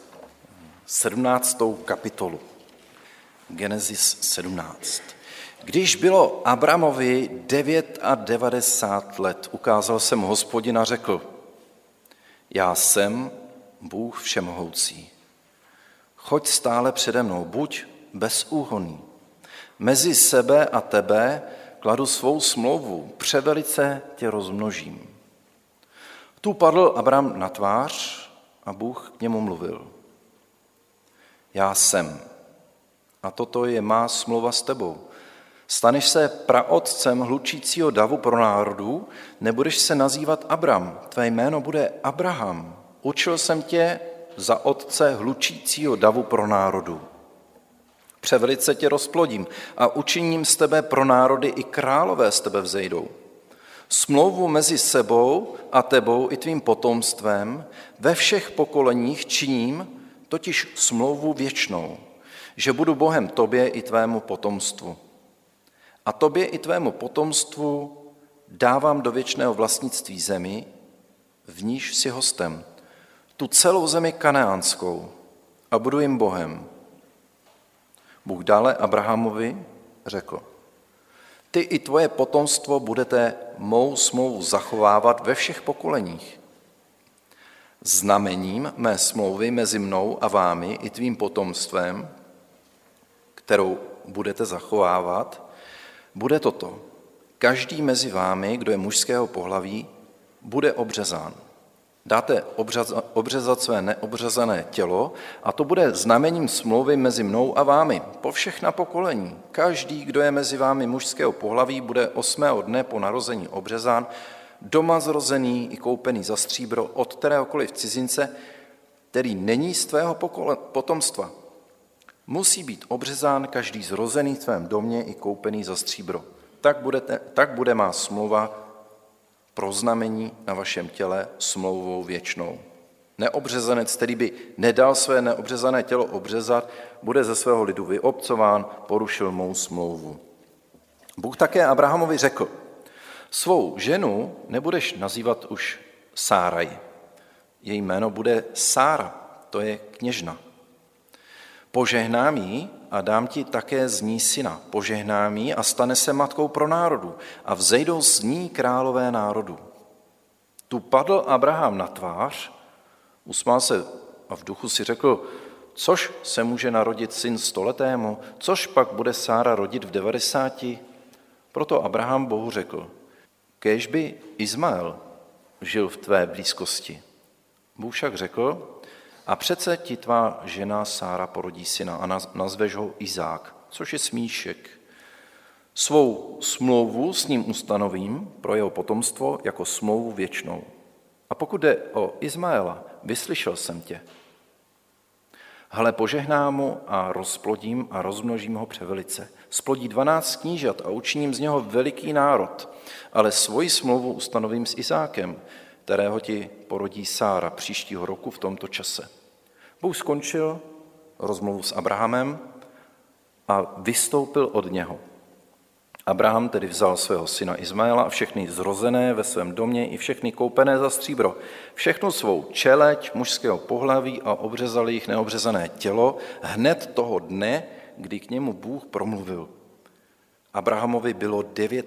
17. kapitolu. Genesis 17. Když bylo Abramovi 99 let, ukázal jsem Hospodina, řekl, já jsem Bůh všemohoucí. Choď stále přede mnou, buď bezúhonný. Mezi sebe a tebe kladu svou smlouvu, převelice tě rozmnožím. Tu padl Abram na tvář a Bůh k němu mluvil. Já jsem, a toto je má smlouva s tebou. Staneš se praotcem hlučícího davu pro národů, nebudeš se nazývat Abram, tvé jméno bude Abraham. Učil jsem tě za otce hlučícího davu pro národů. Převelice tě rozplodím a učiním z tebe pro národy, i králové z tebe vzejdou. Smlouvu mezi sebou a tebou i tvým potomstvem ve všech pokoleních činím, totiž smlouvu věčnou, že budu Bohem tobě i tvému potomstvu. A tobě i tvému potomstvu dávám do věčného vlastnictví zemi, v níž si hostem, tu celou zemi kaneánskou, a budu jim Bohem. Bůh dále Abrahamovi řekl, ty i tvoje potomstvo budete mou smlouvu zachovávat ve všech pokoleních. Znamením mé smlouvy mezi mnou a vámi i tvým potomstvem, kterou budete zachovávat, bude toto. Každý mezi vámi, kdo je mužského pohlaví, bude obřezán. Dáte obřezat své neobřezané tělo a to bude znamením smlouvy mezi mnou a vámi po všechna pokolení. Každý, kdo je mezi vámi mužského pohlaví, bude 8. dne po narození obřezán, doma zrozený i koupený za stříbro od kteréhokoliv cizince, který není z tvého potomstva. Musí být obřezán každý zrozený v tvém domě i koupený za stříbro. Tak bude má smlouva pro znamení na vašem těle smlouvou věčnou. Neobřezanec, který by nedal své neobřezané tělo obřezat, bude ze svého lidu vyobcován, porušil mou smlouvu. Bůh také Abrahamovi řekl, svou ženu nebudeš nazývat už Sáraj. Její jméno bude Sára, to je kněžna. Požehnám jí a dám ti také z ní syna. Požehnám jí a stane se matkou pro národu a vzejdou z ní králové národu. Tu padl Abraham na tvář, usmál se a v duchu si řekl, což se může narodit syn 100letému, což pak bude Sára rodit v 90. Proto Abraham Bohu řekl, kéž by Izmael žil v tvé blízkosti. Bůh však řekl, a přece ti tvá žena Sára porodí syna a nazveš ho Izák, což je smíšek. Svou smlouvu s ním ustanovím pro jeho potomstvo jako smlouvu věčnou. A pokud jde o Izmaela, vyslyšel jsem tě. Hle, požehnám mu a rozplodím a rozmnožím ho převelice. Splodí 12 knížat a učiním z něho veliký národ, ale svoji smlouvu ustanovím s Izákem, kterého ti porodí Sára příštího roku v tomto čase. Bůh skončil rozmluvu s Abrahamem a vystoupil od něho. Abraham tedy vzal svého syna Izmaela a všechny zrozené ve svém domě i všechny koupené za stříbro, všechnu svou čeleť mužského pohlaví a obřezal jich neobřezané tělo hned toho dne, kdy k němu Bůh promluvil. Abrahamovi bylo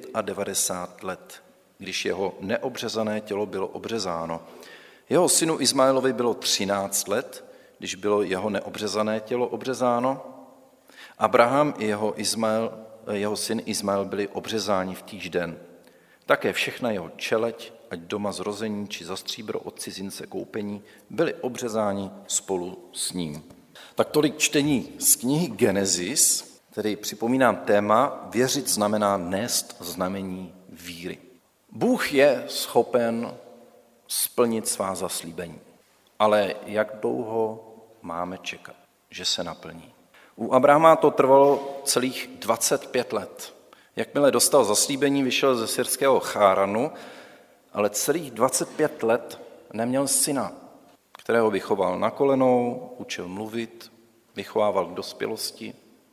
99 let, když jeho neobřezané tělo bylo obřezáno. Jeho synu Izmaelovi bylo 13 let, když bylo jeho neobřezané tělo obřezáno. Abraham i jeho syn Izmael byli obřezáni v týž den. Také všechna jeho čeleť ať doma zrození či za stříbro od cizince koupení, byli obřezáni spolu s ním. Tak tolik čtení z knihy Genesis, tedy připomínám téma, věřit znamená nést znamení víry. Bůh je schopen splnit svá zaslíbení, ale jak dlouho máme čekat, že se naplní? U Abrahama to trvalo celých 25 let. Jakmile dostal zaslíbení, vyšel ze syrského Cháranu, ale celých 25 let neměl syna, kterého vychoval na kolenou, učil mluvit, vychovával k dospělosti,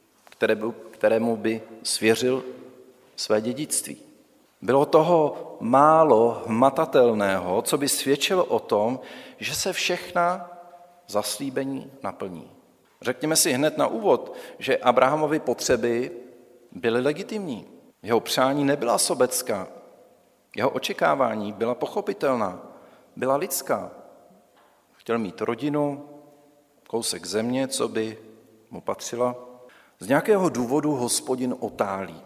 kterému by svěřil své dědictví. Bylo toho málo hmatatelného, co by svědčilo o tom, že se všechna zaslíbení naplní. Řekněme si hned na úvod, že Abrahamovy potřeby byly legitimní. Jeho přání nebyla sobecká. Jeho očekávání byla pochopitelná, byla lidská. Chtěl mít rodinu, kousek země, co by mu patřila. Z nějakého důvodu Hospodin otálí.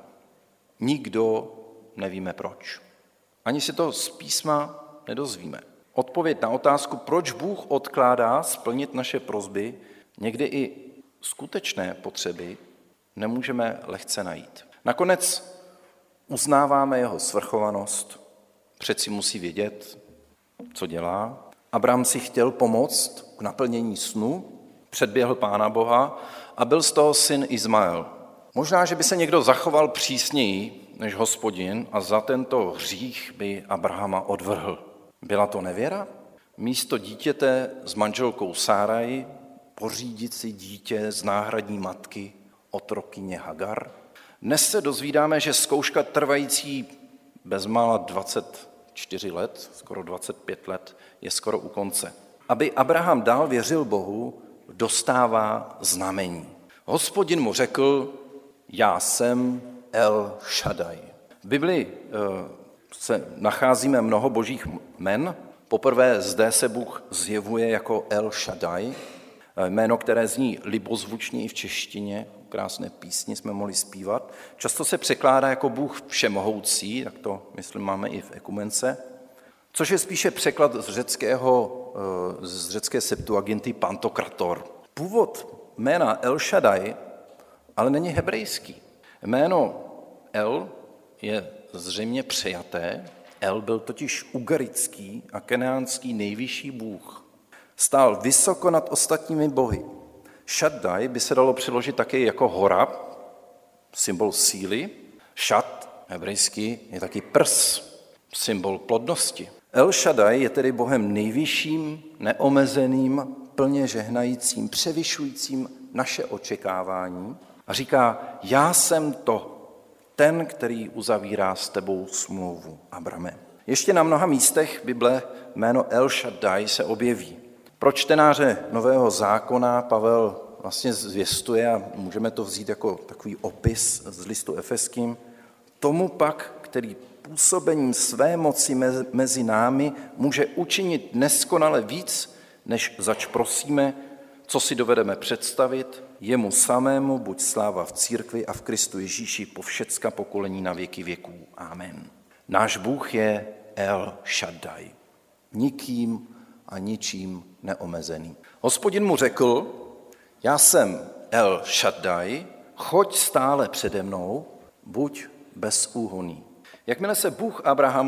Nikdo nevíme proč. Ani si to z písma nedozvíme. Odpověď na otázku, proč Bůh odkládá splnit naše prosby, někdy i skutečné potřeby, nemůžeme lehce najít. Nakonec uznáváme jeho svrchovanost, přeci musí vědět, co dělá. Abraham si chtěl pomoct k naplnění snu, předběhl Pána Boha a byl z toho syn Izmael. Možná, že by se někdo zachoval přísněji než Hospodin a za tento hřích by Abrahama odvrhl. Byla to nevěra? Místo dítěte s manželkou Sáraj pořídit si dítě z náhradní matky otrokyně Hagar? Dnes se dozvídáme, že zkouška trvající bezmála 24 let, skoro 25 let, je skoro u konce. Aby Abraham dál věřil Bohu, dostává znamení. Hospodin mu řekl, já jsem El Shaddai. V Biblii se nacházíme mnoho božích jmen. Poprvé zde se Bůh zjevuje jako El Shaddai, jméno, které zní libozvučně i v češtině, krásné písni jsme mohli zpívat. Často se překládá jako Bůh všemohoucí, tak to, myslím, máme i v ekumence, což je spíše překlad z řecké Septuaginty Pantokrator. Původ jména El Shaddai ale není hebrejský. Jméno El je zřejmě přejaté. El byl totiž ugarický a kenáánský nejvyšší bůh. Stál vysoko nad ostatními bohy. Shaddai by se dalo přeložit také jako hora, symbol síly. Shad, hebrejský, je taky prs, symbol plodnosti. El Shaddai je tedy bohem nejvyšším, neomezeným, plně žehnajícím, převyšujícím naše očekávání a říká, já jsem to, ten, který uzavírá s tebou smlouvu, Abrame. Ještě na mnoha místech Bible jméno El Shaddai se objeví. Pro čtenáře Nového zákona Pavel vlastně zvěstuje, a můžeme to vzít jako takový opis z listu Efeským, tomu pak, který působením své moci mezi námi může učinit neskonale víc, než zač prosíme, co si dovedeme představit, jemu samému buď sláva v církvi a v Kristu Ježíši po všecka pokolení na věky věků. Amen. Náš Bůh je El Shaddai, nikým a ničím neomezený. Hospodin mu řekl, já jsem El Shaddai, choď stále přede mnou, buď bezúhonný. Jakmile se Bůh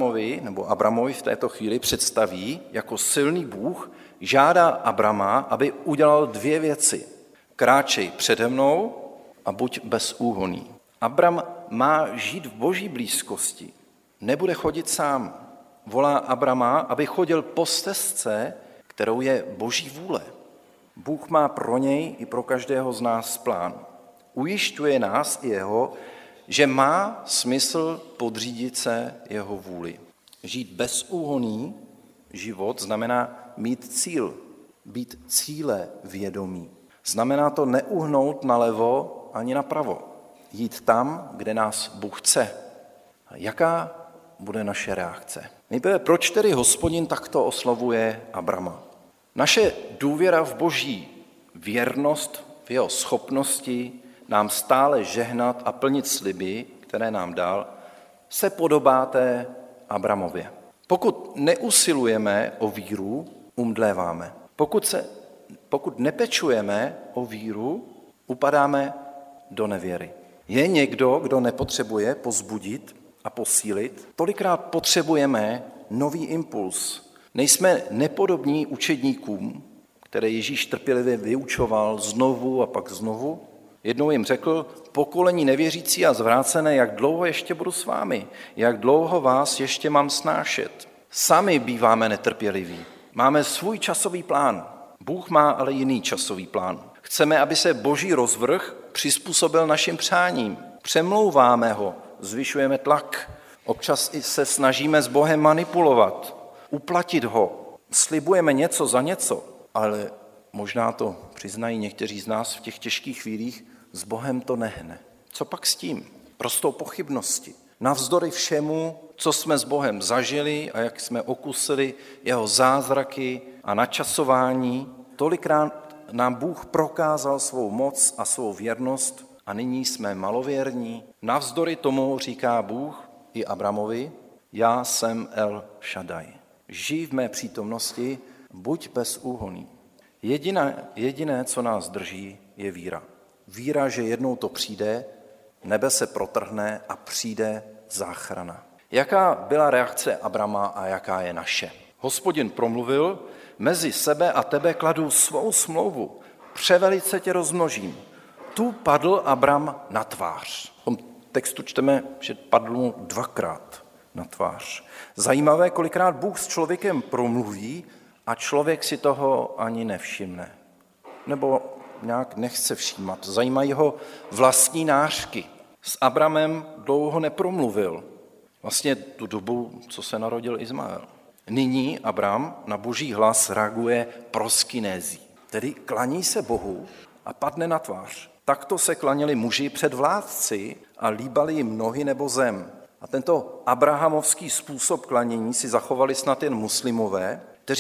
Abramovi v této chvíli představí jako silný Bůh, žádá Abrama, aby udělal dvě věci. Kráčej přede mnou a buď bezúhonný. Abram má žít v boží blízkosti, nebude chodit sám. Volá Abrama, aby chodil po stezce, kterou je boží vůle. Bůh má pro něj i pro každého z nás plán. Ujišťuje nás i jeho, že má smysl podřídit se jeho vůli. Žít bezúhonný život znamená mít cíl, být cíle vědomí. Znamená to neuhnout nalevo ani napravo. Jít tam, kde nás Bůh chce. A jaká bude naše reakce? Nejprve, proč tedy Hospodin takto oslovuje Abrama? Naše důvěra v Boží věrnost, v jeho schopnosti nám stále žehnat a plnit sliby, které nám dal, se podobá té Abramově. Pokud neusilujeme o víru, umdléváme. Pokud nepečujeme o víru, upadáme do nevěry. Je někdo, kdo nepotřebuje povzbudit a posílit? Tolikrát potřebujeme nový impuls. Nejsme nepodobní učedníkům, které Ježíš trpělivě vyučoval znovu a pak znovu. Jednou jim řekl, pokolení nevěřící a zvrácené, jak dlouho ještě budu s vámi, jak dlouho vás ještě mám snášet. Sami býváme netrpěliví. Máme svůj časový plán. Bůh má ale jiný časový plán. Chceme, aby se Boží rozvrh přizpůsobil našim přáním. Přemlouváme ho, zvyšujeme tlak. Občas se snažíme s Bohem manipulovat, uplatit ho. Slibujeme něco za něco, ale možná to přiznají někteří z nás v těch těžkých chvílích, s Bohem to nehne. Co pak s tím? Prostou pochybnosti. Navzdory všemu, co jsme s Bohem zažili a jak jsme okusili jeho zázraky a načasování, tolikrát nám Bůh prokázal svou moc a svou věrnost a nyní jsme malověrní. Navzdory tomu říká Bůh i Abramovi, já jsem El Shaddai. Žij v mé přítomnosti, buď bezúhonný. Jediné, co nás drží, je víra. Víra, že jednou to přijde, nebe se protrhne a přijde záchrana. Jaká byla reakce Abrama a jaká je naše? Hospodin promluvil, mezi sebe a tebe kladu svou smlouvu, převelice tě rozmnožím. Tu padl Abram na tvář. V tom textu čteme, že padl mu 2krát na tvář. Zajímavé, kolikrát Bůh s člověkem promluví a člověk si toho ani nevšimne. Nebo nějak nechce všímat. Zajímají ho vlastní nářky. S Abramem dlouho nepromluvil. Vlastně tu dobu, co se narodil Izmael. Nyní Abram na Boží hlas reaguje proskinézí. Tedy klaní se Bohu a padne na tvář. Takto se klaněli muži před vládci a líbali jim nohy nebo zem. A tento abrahamovský způsob klanění si zachovali snad jen muslimové,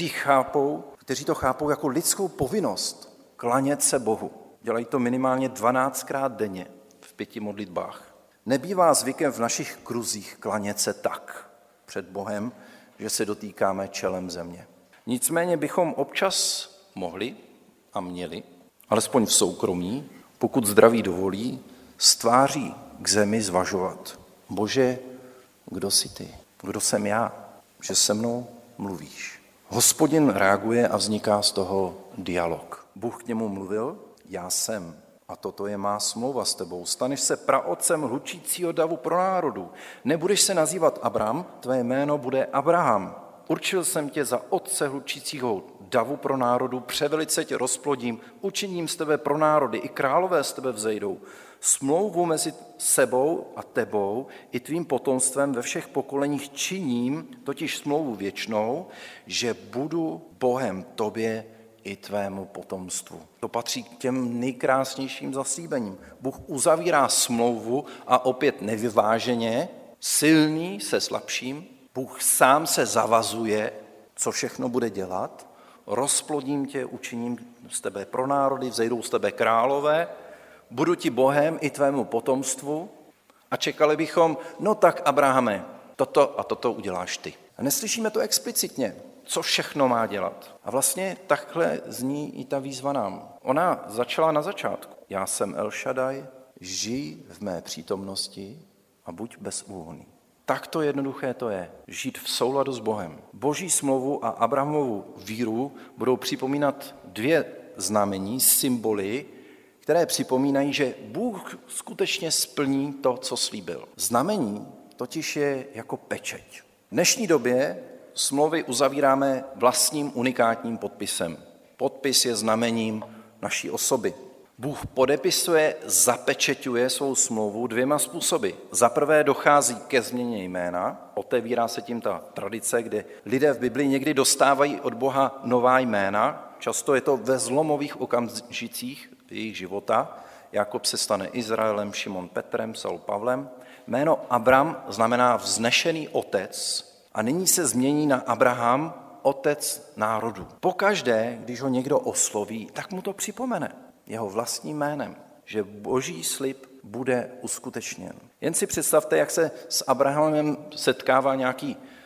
kteří to chápou jako lidskou povinnost klanět se Bohu. Dělají to minimálně 12krát denně v 5 modlitbách. Nebývá zvykem v našich kruzích klanět se tak před Bohem, že se dotýkáme čelem země. Nicméně bychom občas mohli a měli, alespoň v soukromí, pokud zdraví dovolí, s tváří k zemi zvažovat. Bože, kdo jsi ty? Kdo jsem já? Že se mnou mluvíš. Hospodin reaguje a vzniká z toho dialog. Bůh k němu mluvil, já jsem, a toto je má smlouva s tebou. Staneš se praotcem hlučícího davu pro národu. Nebudeš se nazývat Abram, tvé jméno bude Abraham. Určil jsem tě za otce hlučícího davu pro národu, převelice tě rozplodím, učiním z tebe pro národy, i králové z tebe vzejdou. Smlouvu mezi sebou a tebou i tvým potomstvem ve všech pokoleních činím, totiž smlouvu věčnou, že budu Bohem tobě i tvému potomstvu. To patří k těm nejkrásnějším zaslíbením. Bůh uzavírá smlouvu a opět nevyváženě, silný se slabším. Bůh sám se zavazuje, co všechno bude dělat. Rozplodím tě, učiním z tebe pro národy, vzejdou z tebe králové, budu ti Bohem i tvému potomstvu. A čekali bychom, no tak Abrahame, toto a toto uděláš ty. A neslyšíme to explicitně, co všechno má dělat. A vlastně takhle zní i ta výzva nám. Ona začala na začátku. Já jsem El Shaddai, žij v mé přítomnosti a buď bezúhonný. Tak to jednoduché to je, žít v souladu s Bohem. Boží smlouvu a Abrahamovu víru budou připomínat 2 znamení, symboly, které připomínají, že Bůh skutečně splní to, co slíbil. Znamení totiž je jako pečeť. V dnešní době smlouvy uzavíráme vlastním unikátním podpisem. Podpis je znamením naší osoby. Bůh podepisuje, zapečeťuje svou smlouvu 2 způsoby. Za prvé dochází ke změně jména, otevírá se tím ta tradice, kde lidé v Biblii někdy dostávají od Boha nová jména, často je to ve zlomových okamžicích jejich života. Jakob se stane Izraelem, Šimon Petrem, Saul Pavlem. Jméno Abram znamená vznešený otec a nyní se změní na Abraham, otec národu. Pokaždé, když ho někdo osloví, tak mu to připomene jeho vlastním jménem, že Boží slib bude uskutečněn. Jen si představte, jak se s Abrahamem setkává nějaký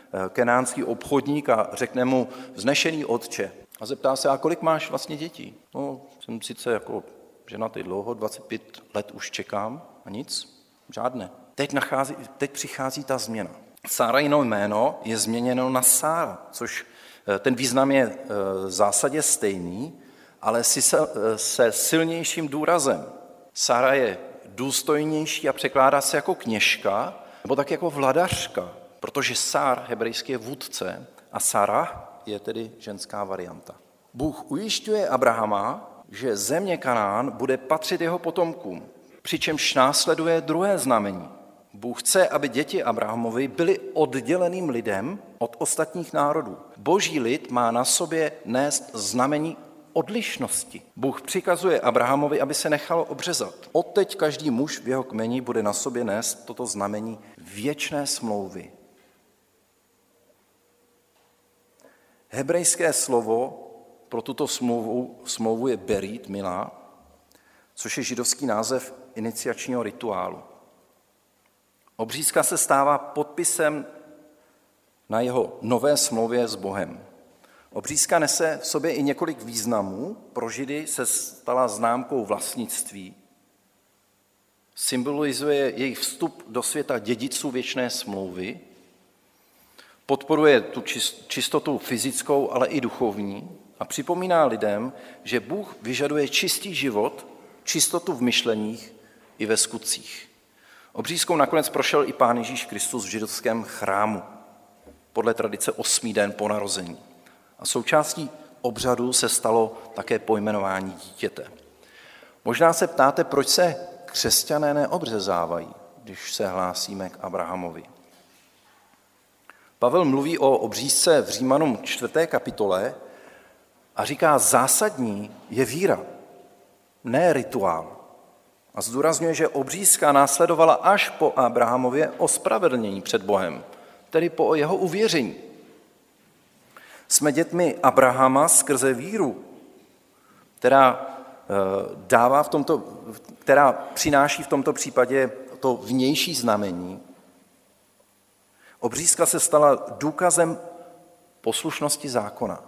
kenánský obchodník a řekne mu: vznešený otče. A zeptá se: a kolik máš vlastně dětí? No, jsem sice jako ženatý dlouho, 25 let už čekám a nic, žádné. Teď přichází ta změna. Sárajino jméno je změněno na Sára, což ten význam je v zásadě stejný, ale se silnějším důrazem. Sára je důstojnější a překládá se jako kněžka, nebo tak jako vladařka, protože Sár hebrejský je vůdce a Sara je tedy ženská varianta. Bůh ujišťuje Abrahama, že země Kanán bude patřit jeho potomkům, přičemž následuje druhé znamení. Bůh chce, aby děti Abrahamovi byly odděleným lidem od ostatních národů. Boží lid má na sobě nést znamení odlišnosti. Bůh přikazuje Abrahamovi, aby se nechal obřezat. Odteď každý muž v jeho kmeni bude na sobě nést toto znamení věčné smlouvy. Hebrejské slovo pro tuto smlouvu je berit milá, což je židovský název iniciačního rituálu. Obřízka se stává podpisem na jeho nové smlouvě s Bohem. Obřízka nese v sobě i několik významů. Pro Židy se stala známkou vlastnictví. Symbolizuje jejich vstup do světa dědiců věčné smlouvy. Podporuje tu čistotu fyzickou, ale i duchovní. A připomíná lidem, že Bůh vyžaduje čistý život, čistotu v myšleních i ve skutcích. Obřízkou nakonec prošel i Pán Ježíš Kristus v židovském chrámu, podle tradice 8. den po narození. A součástí obřadu se stalo také pojmenování dítěte. Možná se ptáte, proč se křesťané neobřezávají, když se hlásíme k Abrahamovi. Pavel mluví o obřízce v Římanům 4. kapitole a říká, zásadní je víra, ne rituál. A zdůrazňuje, že obřízka následovala až po Abrahamově ospravedlnění před Bohem, tedy po jeho uvěření. Jsme dětmi Abrahama skrze víru, která přináší v tomto případě to vnější znamení. Obřízka se stala důkazem poslušnosti zákona.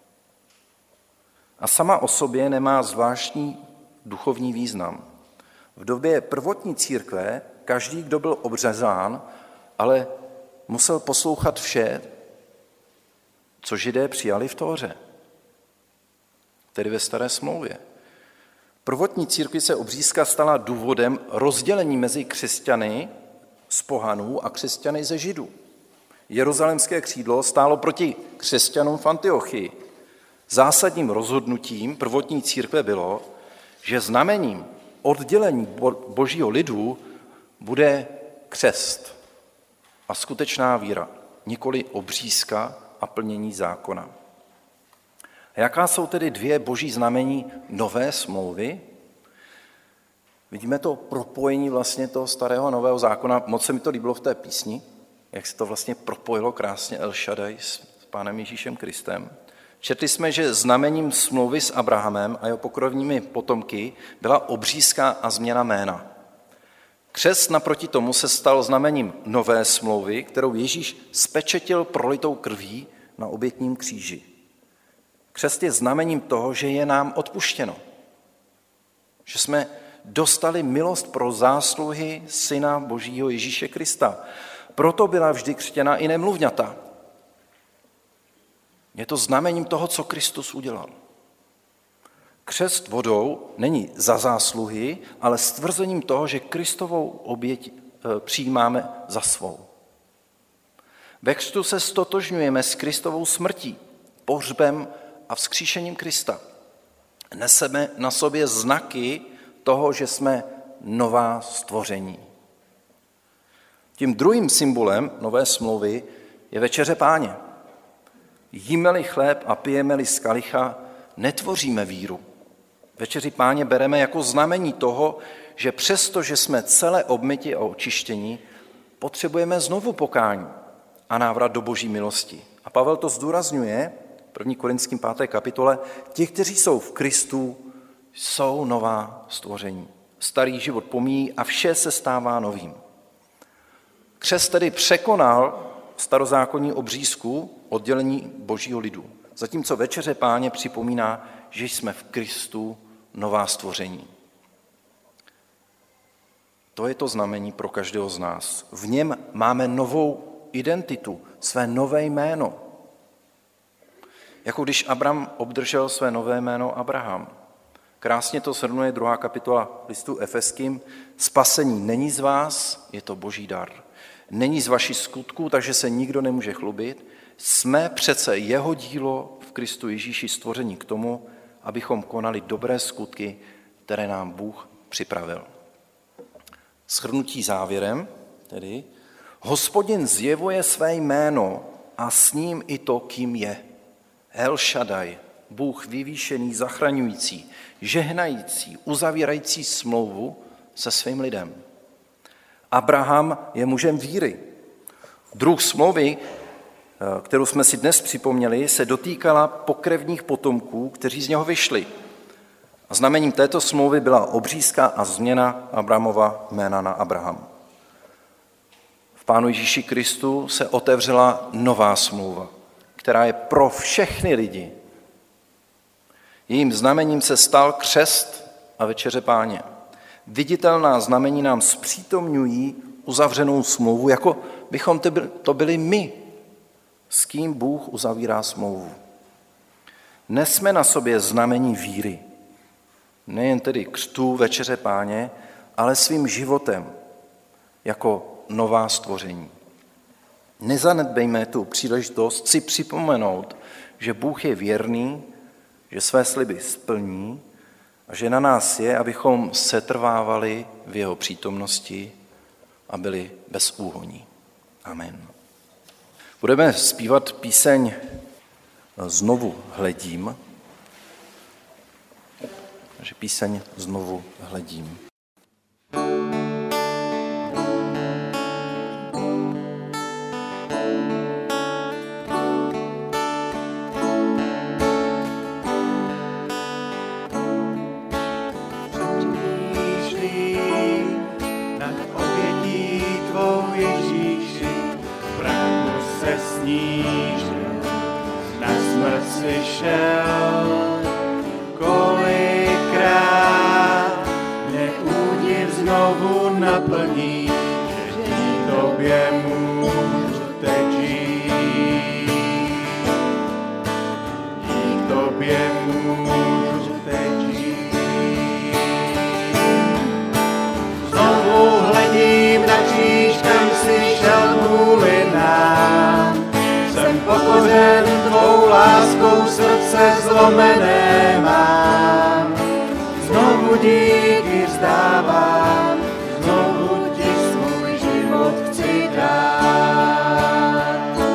A sama o sobě nemá zvláštní duchovní význam. V době prvotní církve každý, kdo byl obřezán, ale musel poslouchat vše, co Židé přijali v Tóře, tedy ve Staré smlouvě. Prvotní církvi se obřízka stala důvodem rozdělení mezi křesťany z pohanů a křesťany ze Židů. Jeruzalémské křídlo stálo proti křesťanům v Antiochii. Zásadním rozhodnutím prvotní církve bylo, že znamením oddělení božího lidu bude křest a skutečná víra, nikoli obřízka a plnění zákona. A jaká jsou tedy dvě boží znamení nové smlouvy? Vidíme to propojení vlastně toho starého a nového zákona. Moc se mi to líbilo v té písni, jak se to vlastně propojilo krásně El Shaddai s Pánem Ježíšem Kristem. Četli jsme, že znamením smlouvy s Abrahamem a jeho pokrovními potomky byla obřízka a změna jména. Křest naproti tomu se stal znamením nové smlouvy, kterou Ježíš spečetil prolitou krví na obětním kříži. Křest je znamením toho, že je nám odpuštěno. Že jsme dostali milost pro zásluhy Syna Božího Ježíše Krista. Proto byla vždy křtěna i nemluvňata. Je to znamením toho, co Kristus udělal. Křest vodou není za zásluhy, ale stvrzením toho, že Kristovou oběť přijímáme za svou. Ve křtu se stotožňujeme s Kristovou smrtí, pohřbem a vzkříšením Krista. Neseme na sobě znaky toho, že jsme nová stvoření. Tím druhým symbolem nové smlouvy je večeře Páně. Jíme-li chléb a pijeme-li z kalicha, netvoříme víru. Večeři Páně bereme jako znamení toho, že přesto, že jsme celé obmyti a očištění, potřebujeme znovu pokání a návrat do boží milosti. A Pavel to zdůrazňuje, 1. Korinským 5. kapitole, ti, kteří jsou v Kristu, jsou nová stvoření. Starý život pomíjí a vše se stává novým. Křest tedy překonal starozákonní obřízku oddělení božího lidu. Zatímco večeře Páně připomíná, že jsme v Kristu nová stvoření. To je to znamení pro každého z nás. V něm máme novou identitu, své nové jméno. Jako když Abram obdržel své nové jméno Abraham. Krásně to shrnuje 2. kapitola listu Efeským. Spasení není z vás, je to boží dar. Není z vašich skutků, takže se nikdo nemůže chlubit. Jsme přece jeho dílo v Kristu Ježíši stvoření k tomu, abychom konali dobré skutky, které nám Bůh připravil. Shrnutí závěrem, tedy Hospodin zjevuje své jméno a s ním i to, kým je. El Shaddai, Bůh vyvýšený, zachraňující, žehnající, uzavírající smlouvu se svým lidem. Abraham je mužem víry. Druh smlouvy, kterou jsme si dnes připomněli, se dotýkala pokrevních potomků, kteří z něho vyšli. A znamením této smlouvy byla obřízka a změna Abramova jména na Abraham. V Pánu Ježíši Kristu se otevřela nová smlouva, která je pro všechny lidi. Jejím znamením se stal křest a večeře Páně. Viditelná znamení nám zpřítomňují uzavřenou smlouvu, jako bychom to byli my, s kým Bůh uzavírá smlouvu. Nesme na sobě znamení víry, nejen tedy křtu večeře Páně, ale svým životem jako nová stvoření. Nezanedbejme tu příležitost si připomenout, že Bůh je věrný, že své sliby splní a že na nás je, abychom setrvávali v jeho přítomnosti a byli bezúhonní. Amen. Budeme zpívat píseň Znovu hledím. Takže píseň Znovu hledím. Naplní, že dík tobě můžu teď žít. Dík tobě můžu teď žít. Znovu hledím na kříž, kam jsi šel kvůli nám. Jsem pokořen tvou láskou, srdce zlomené mám. Znovu díky vzdávám, znovu ti svůj život chci dát.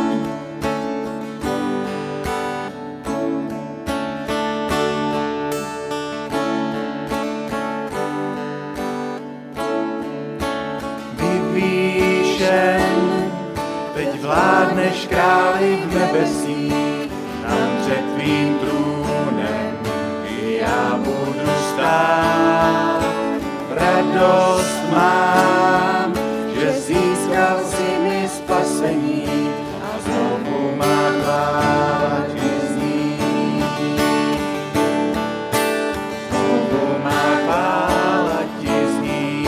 Vyvýšen, teď vládneš králi v nebesích, tam před tvým trůnem i já budu stát. Radost mám, že získal si mi spasení a znovu má chvála ti zní. Znovu má chvála ti zní.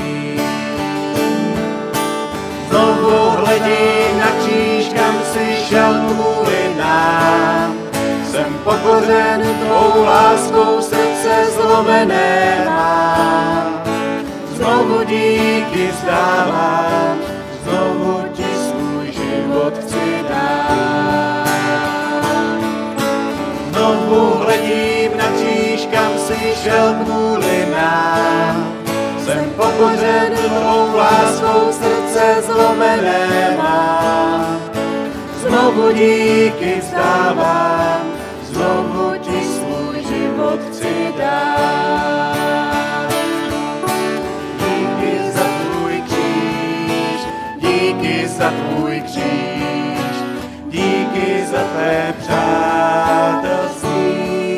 Znovu hledím na kříž, kam jsi šel kvůli nám. Jsem pokořen tvou láskou, srdce zlomené mám. Znovu díky vzdávám, znovu ti svůj život chci dát. Znovu hledím na kříž, kam jsi šel kvůli nám. Jsem pokořen tvou láskou, srdce zlomené mám. Znovu díky vzdávám, znovu ti svůj život chci dát. Díky za tvůj kříž, díky za tvůj kříž, díky za tvé přátelství.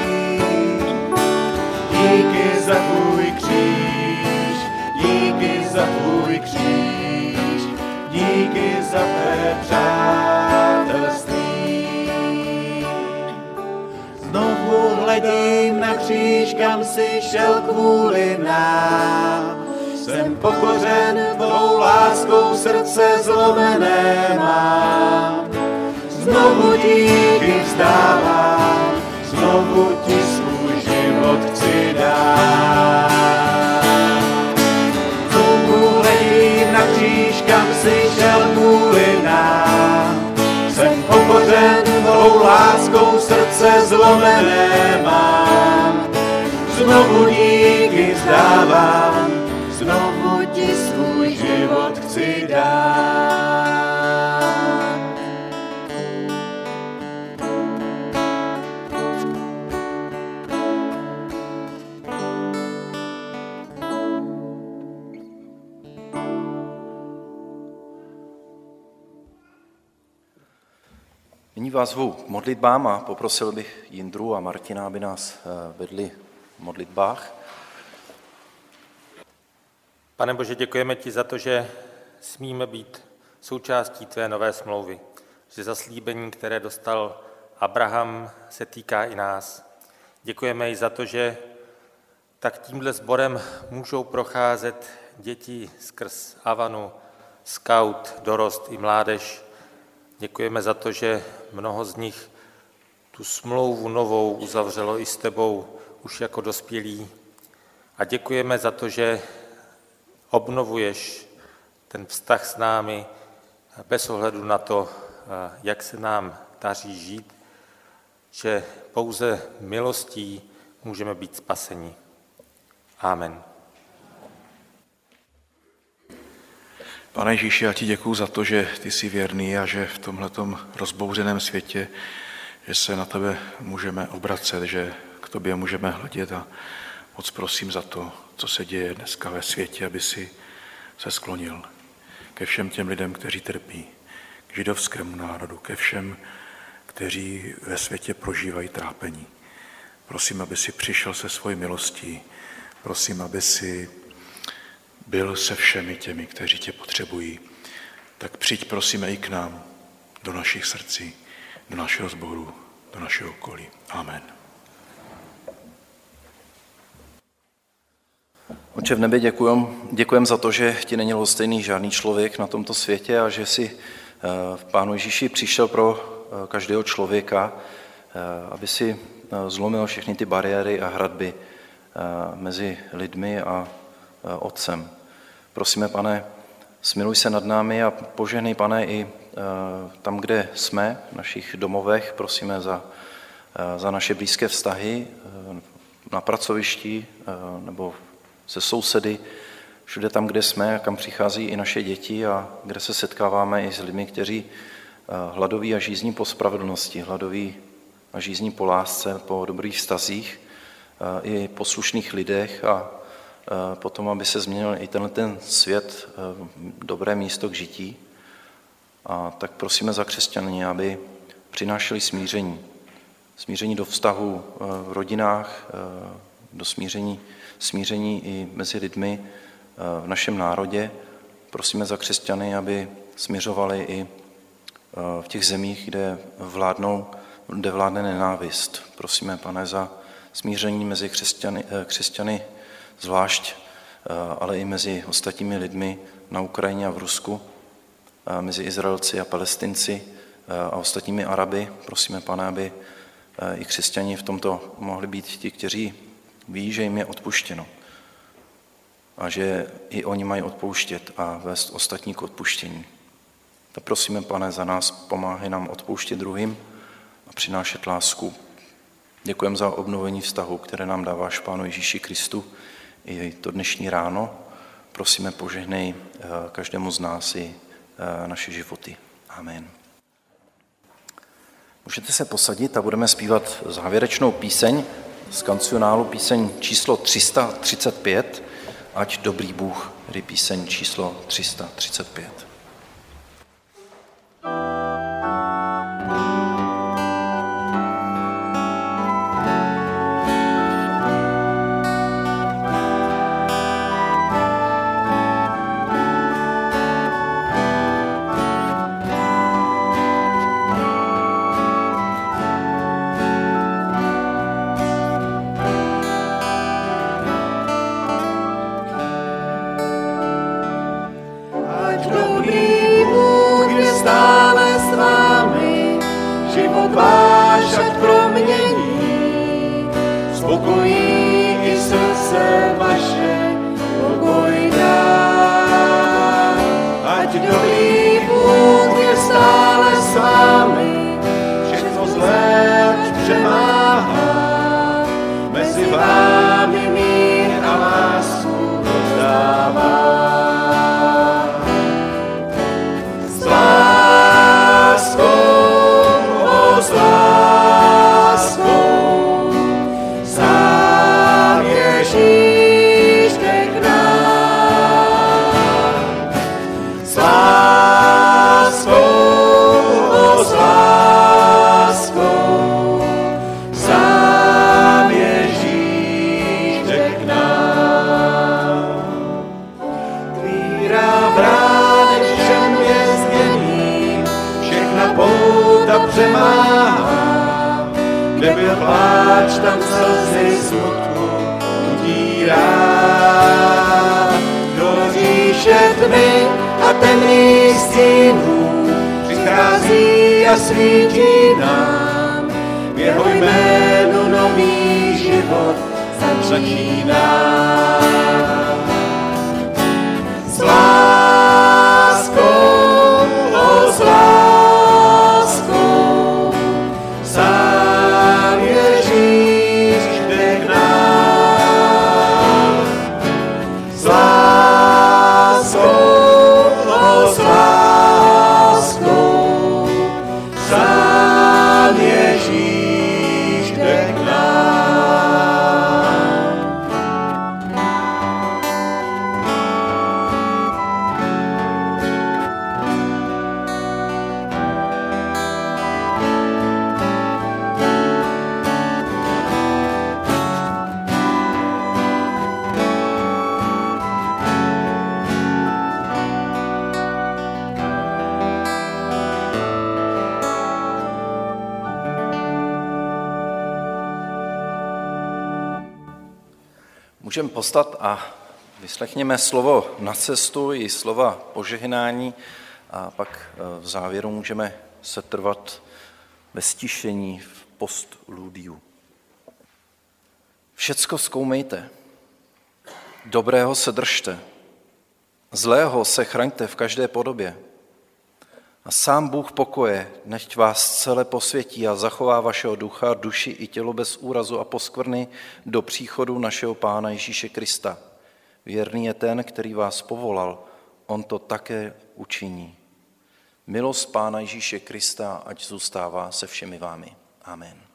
Díky za tvůj kříž, díky za tvůj kříž, díky za tvé přátelství. hledím na kříž, kam si šel kvůli nám. Jsem pokořen tvou láskou, srdce zlomené mám. Znovu díky vzdávám, znovu ti svůj život chci dát. Znovu hledím na kříž, kam si šel kvůli nám. Jsem pokořen tvou láskou, srdce zlomené mám. Znovu díky vzdávám, znovu ti svůj život chci dát. Nyní vás zvu k modlitbám a poprosil bych Jindru a Martina, aby nás vedli v modlitbách. Pane Bože, děkujeme ti za to, že smíme být součástí tvé nové smlouvy, že zaslíbení, které dostal Abraham, se týká i nás. Děkujeme i za to, že tak tímhle sborem můžou procházet děti skrz Avanu, Scout, dorost i mládež. Děkujeme za to, že mnoho z nich tu smlouvu novou uzavřelo i s tebou už jako dospělí. A děkujeme za to, že obnovuješ ten vztah s námi bez ohledu na to, jak se nám daří žít, že pouze milostí můžeme být spaseni. Amen. Pane Ježíši, já ti děkuju za to, že ty jsi věrný a že v tomhletom rozbouřeném světě, že se na tebe můžeme obracet, že k tobě můžeme hledět a moc prosím za to, co se děje dneska ve světě, aby si se sklonil ke všem těm lidem, kteří trpí, k židovskému národu, ke všem, kteří ve světě prožívají trápení. Prosím, aby si přišel se svojí milostí, prosím, aby si byl se všemi těmi, kteří tě potřebují. Tak přijď, prosíme, i k nám, do našich srdcí, do našeho sboru, do našeho okolí. Amen. Otče v nebi, děkujem za to, že ti není lhostejný žádný člověk na tomto světě a že jsi v Pánu Ježíši přišel pro každého člověka, aby si zlomil všechny ty bariéry a hradby mezi lidmi a Otcem. Prosíme, Pane, smiluj se nad námi a požehnej, Pane, i tam, kde jsme, v našich domovech. Prosíme za naše blízké vztahy na pracovišti nebo se sousedy, všude tam, kde jsme a kam přichází i naše děti a kde se setkáváme i s lidmi, kteří hladoví a žízní po spravedlnosti, hladoví a žízní po lásce, po dobrých vztazích, i poslušných lidech a potom, aby se změnil i ten svět dobré místo k žití. A tak prosíme za křesťany, aby přinášeli smíření do vztahu v rodinách, do smíření i mezi lidmi v našem národě. Prosíme za křesťany, aby směřovali i v těch zemích, kde vládne nenávist. Prosíme, Pane, za smíření mezi křesťany zvlášť, ale i mezi ostatními lidmi na Ukrajině a v Rusku, mezi Izraelci a Palestinci a ostatními Araby. Prosíme, Pane, aby i křesťani v tomto mohli být ti, kteří ví, že jim je odpuštěno a že i oni mají odpouštět a vést ostatní k odpuštění. Tak prosíme, Pane, za nás, pomáhej nám odpouštět druhým a přinášet lásku. Děkujeme za obnovení vztahu, které nám dáváš, Pánu Ježíši Kristu, i to dnešní ráno. Prosíme, požehnej každému z nás i naše životy. Amen. Můžete se posadit a budeme zpívat závěrečnou píseň z kancionálu, píseň číslo 335, Ať dobrý Bůh, tedy píseň číslo 335. vám mír a lásku rozdává. S láskou, s láskou, sám Ježíš jde k nám. S láskou, sám Ježíš jde k nám. Víra brán všem vězněným, všechna pouta přemáhá. Kde byl pláč, tam slzy smutku udírá. Do říše tmy a temných stínů přichází a svítí nám. V jeho jménu nový život začíná. S láskou, s láskou, sám Ježíš jde k nám. S láskou, s láskou, sám Ježíš jde k nám. Můžeme postat a vyslechněme slovo na cestu i slova požehnání a pak v závěru můžeme setrvat ve stišení v postludiu. Všecko zkoumejte, dobrého se držte, zlého se chraňte v každé podobě. A sám Bůh pokoje, nechť vás celé posvětí a zachová vašeho ducha, duši i tělo bez úrazu a poskvrny do příchodu našeho Pána Ježíše Krista. Věrný je ten, který vás povolal, on to také učiní. Milost Pána Ježíše Krista, ať zůstává se všemi vámi. Amen.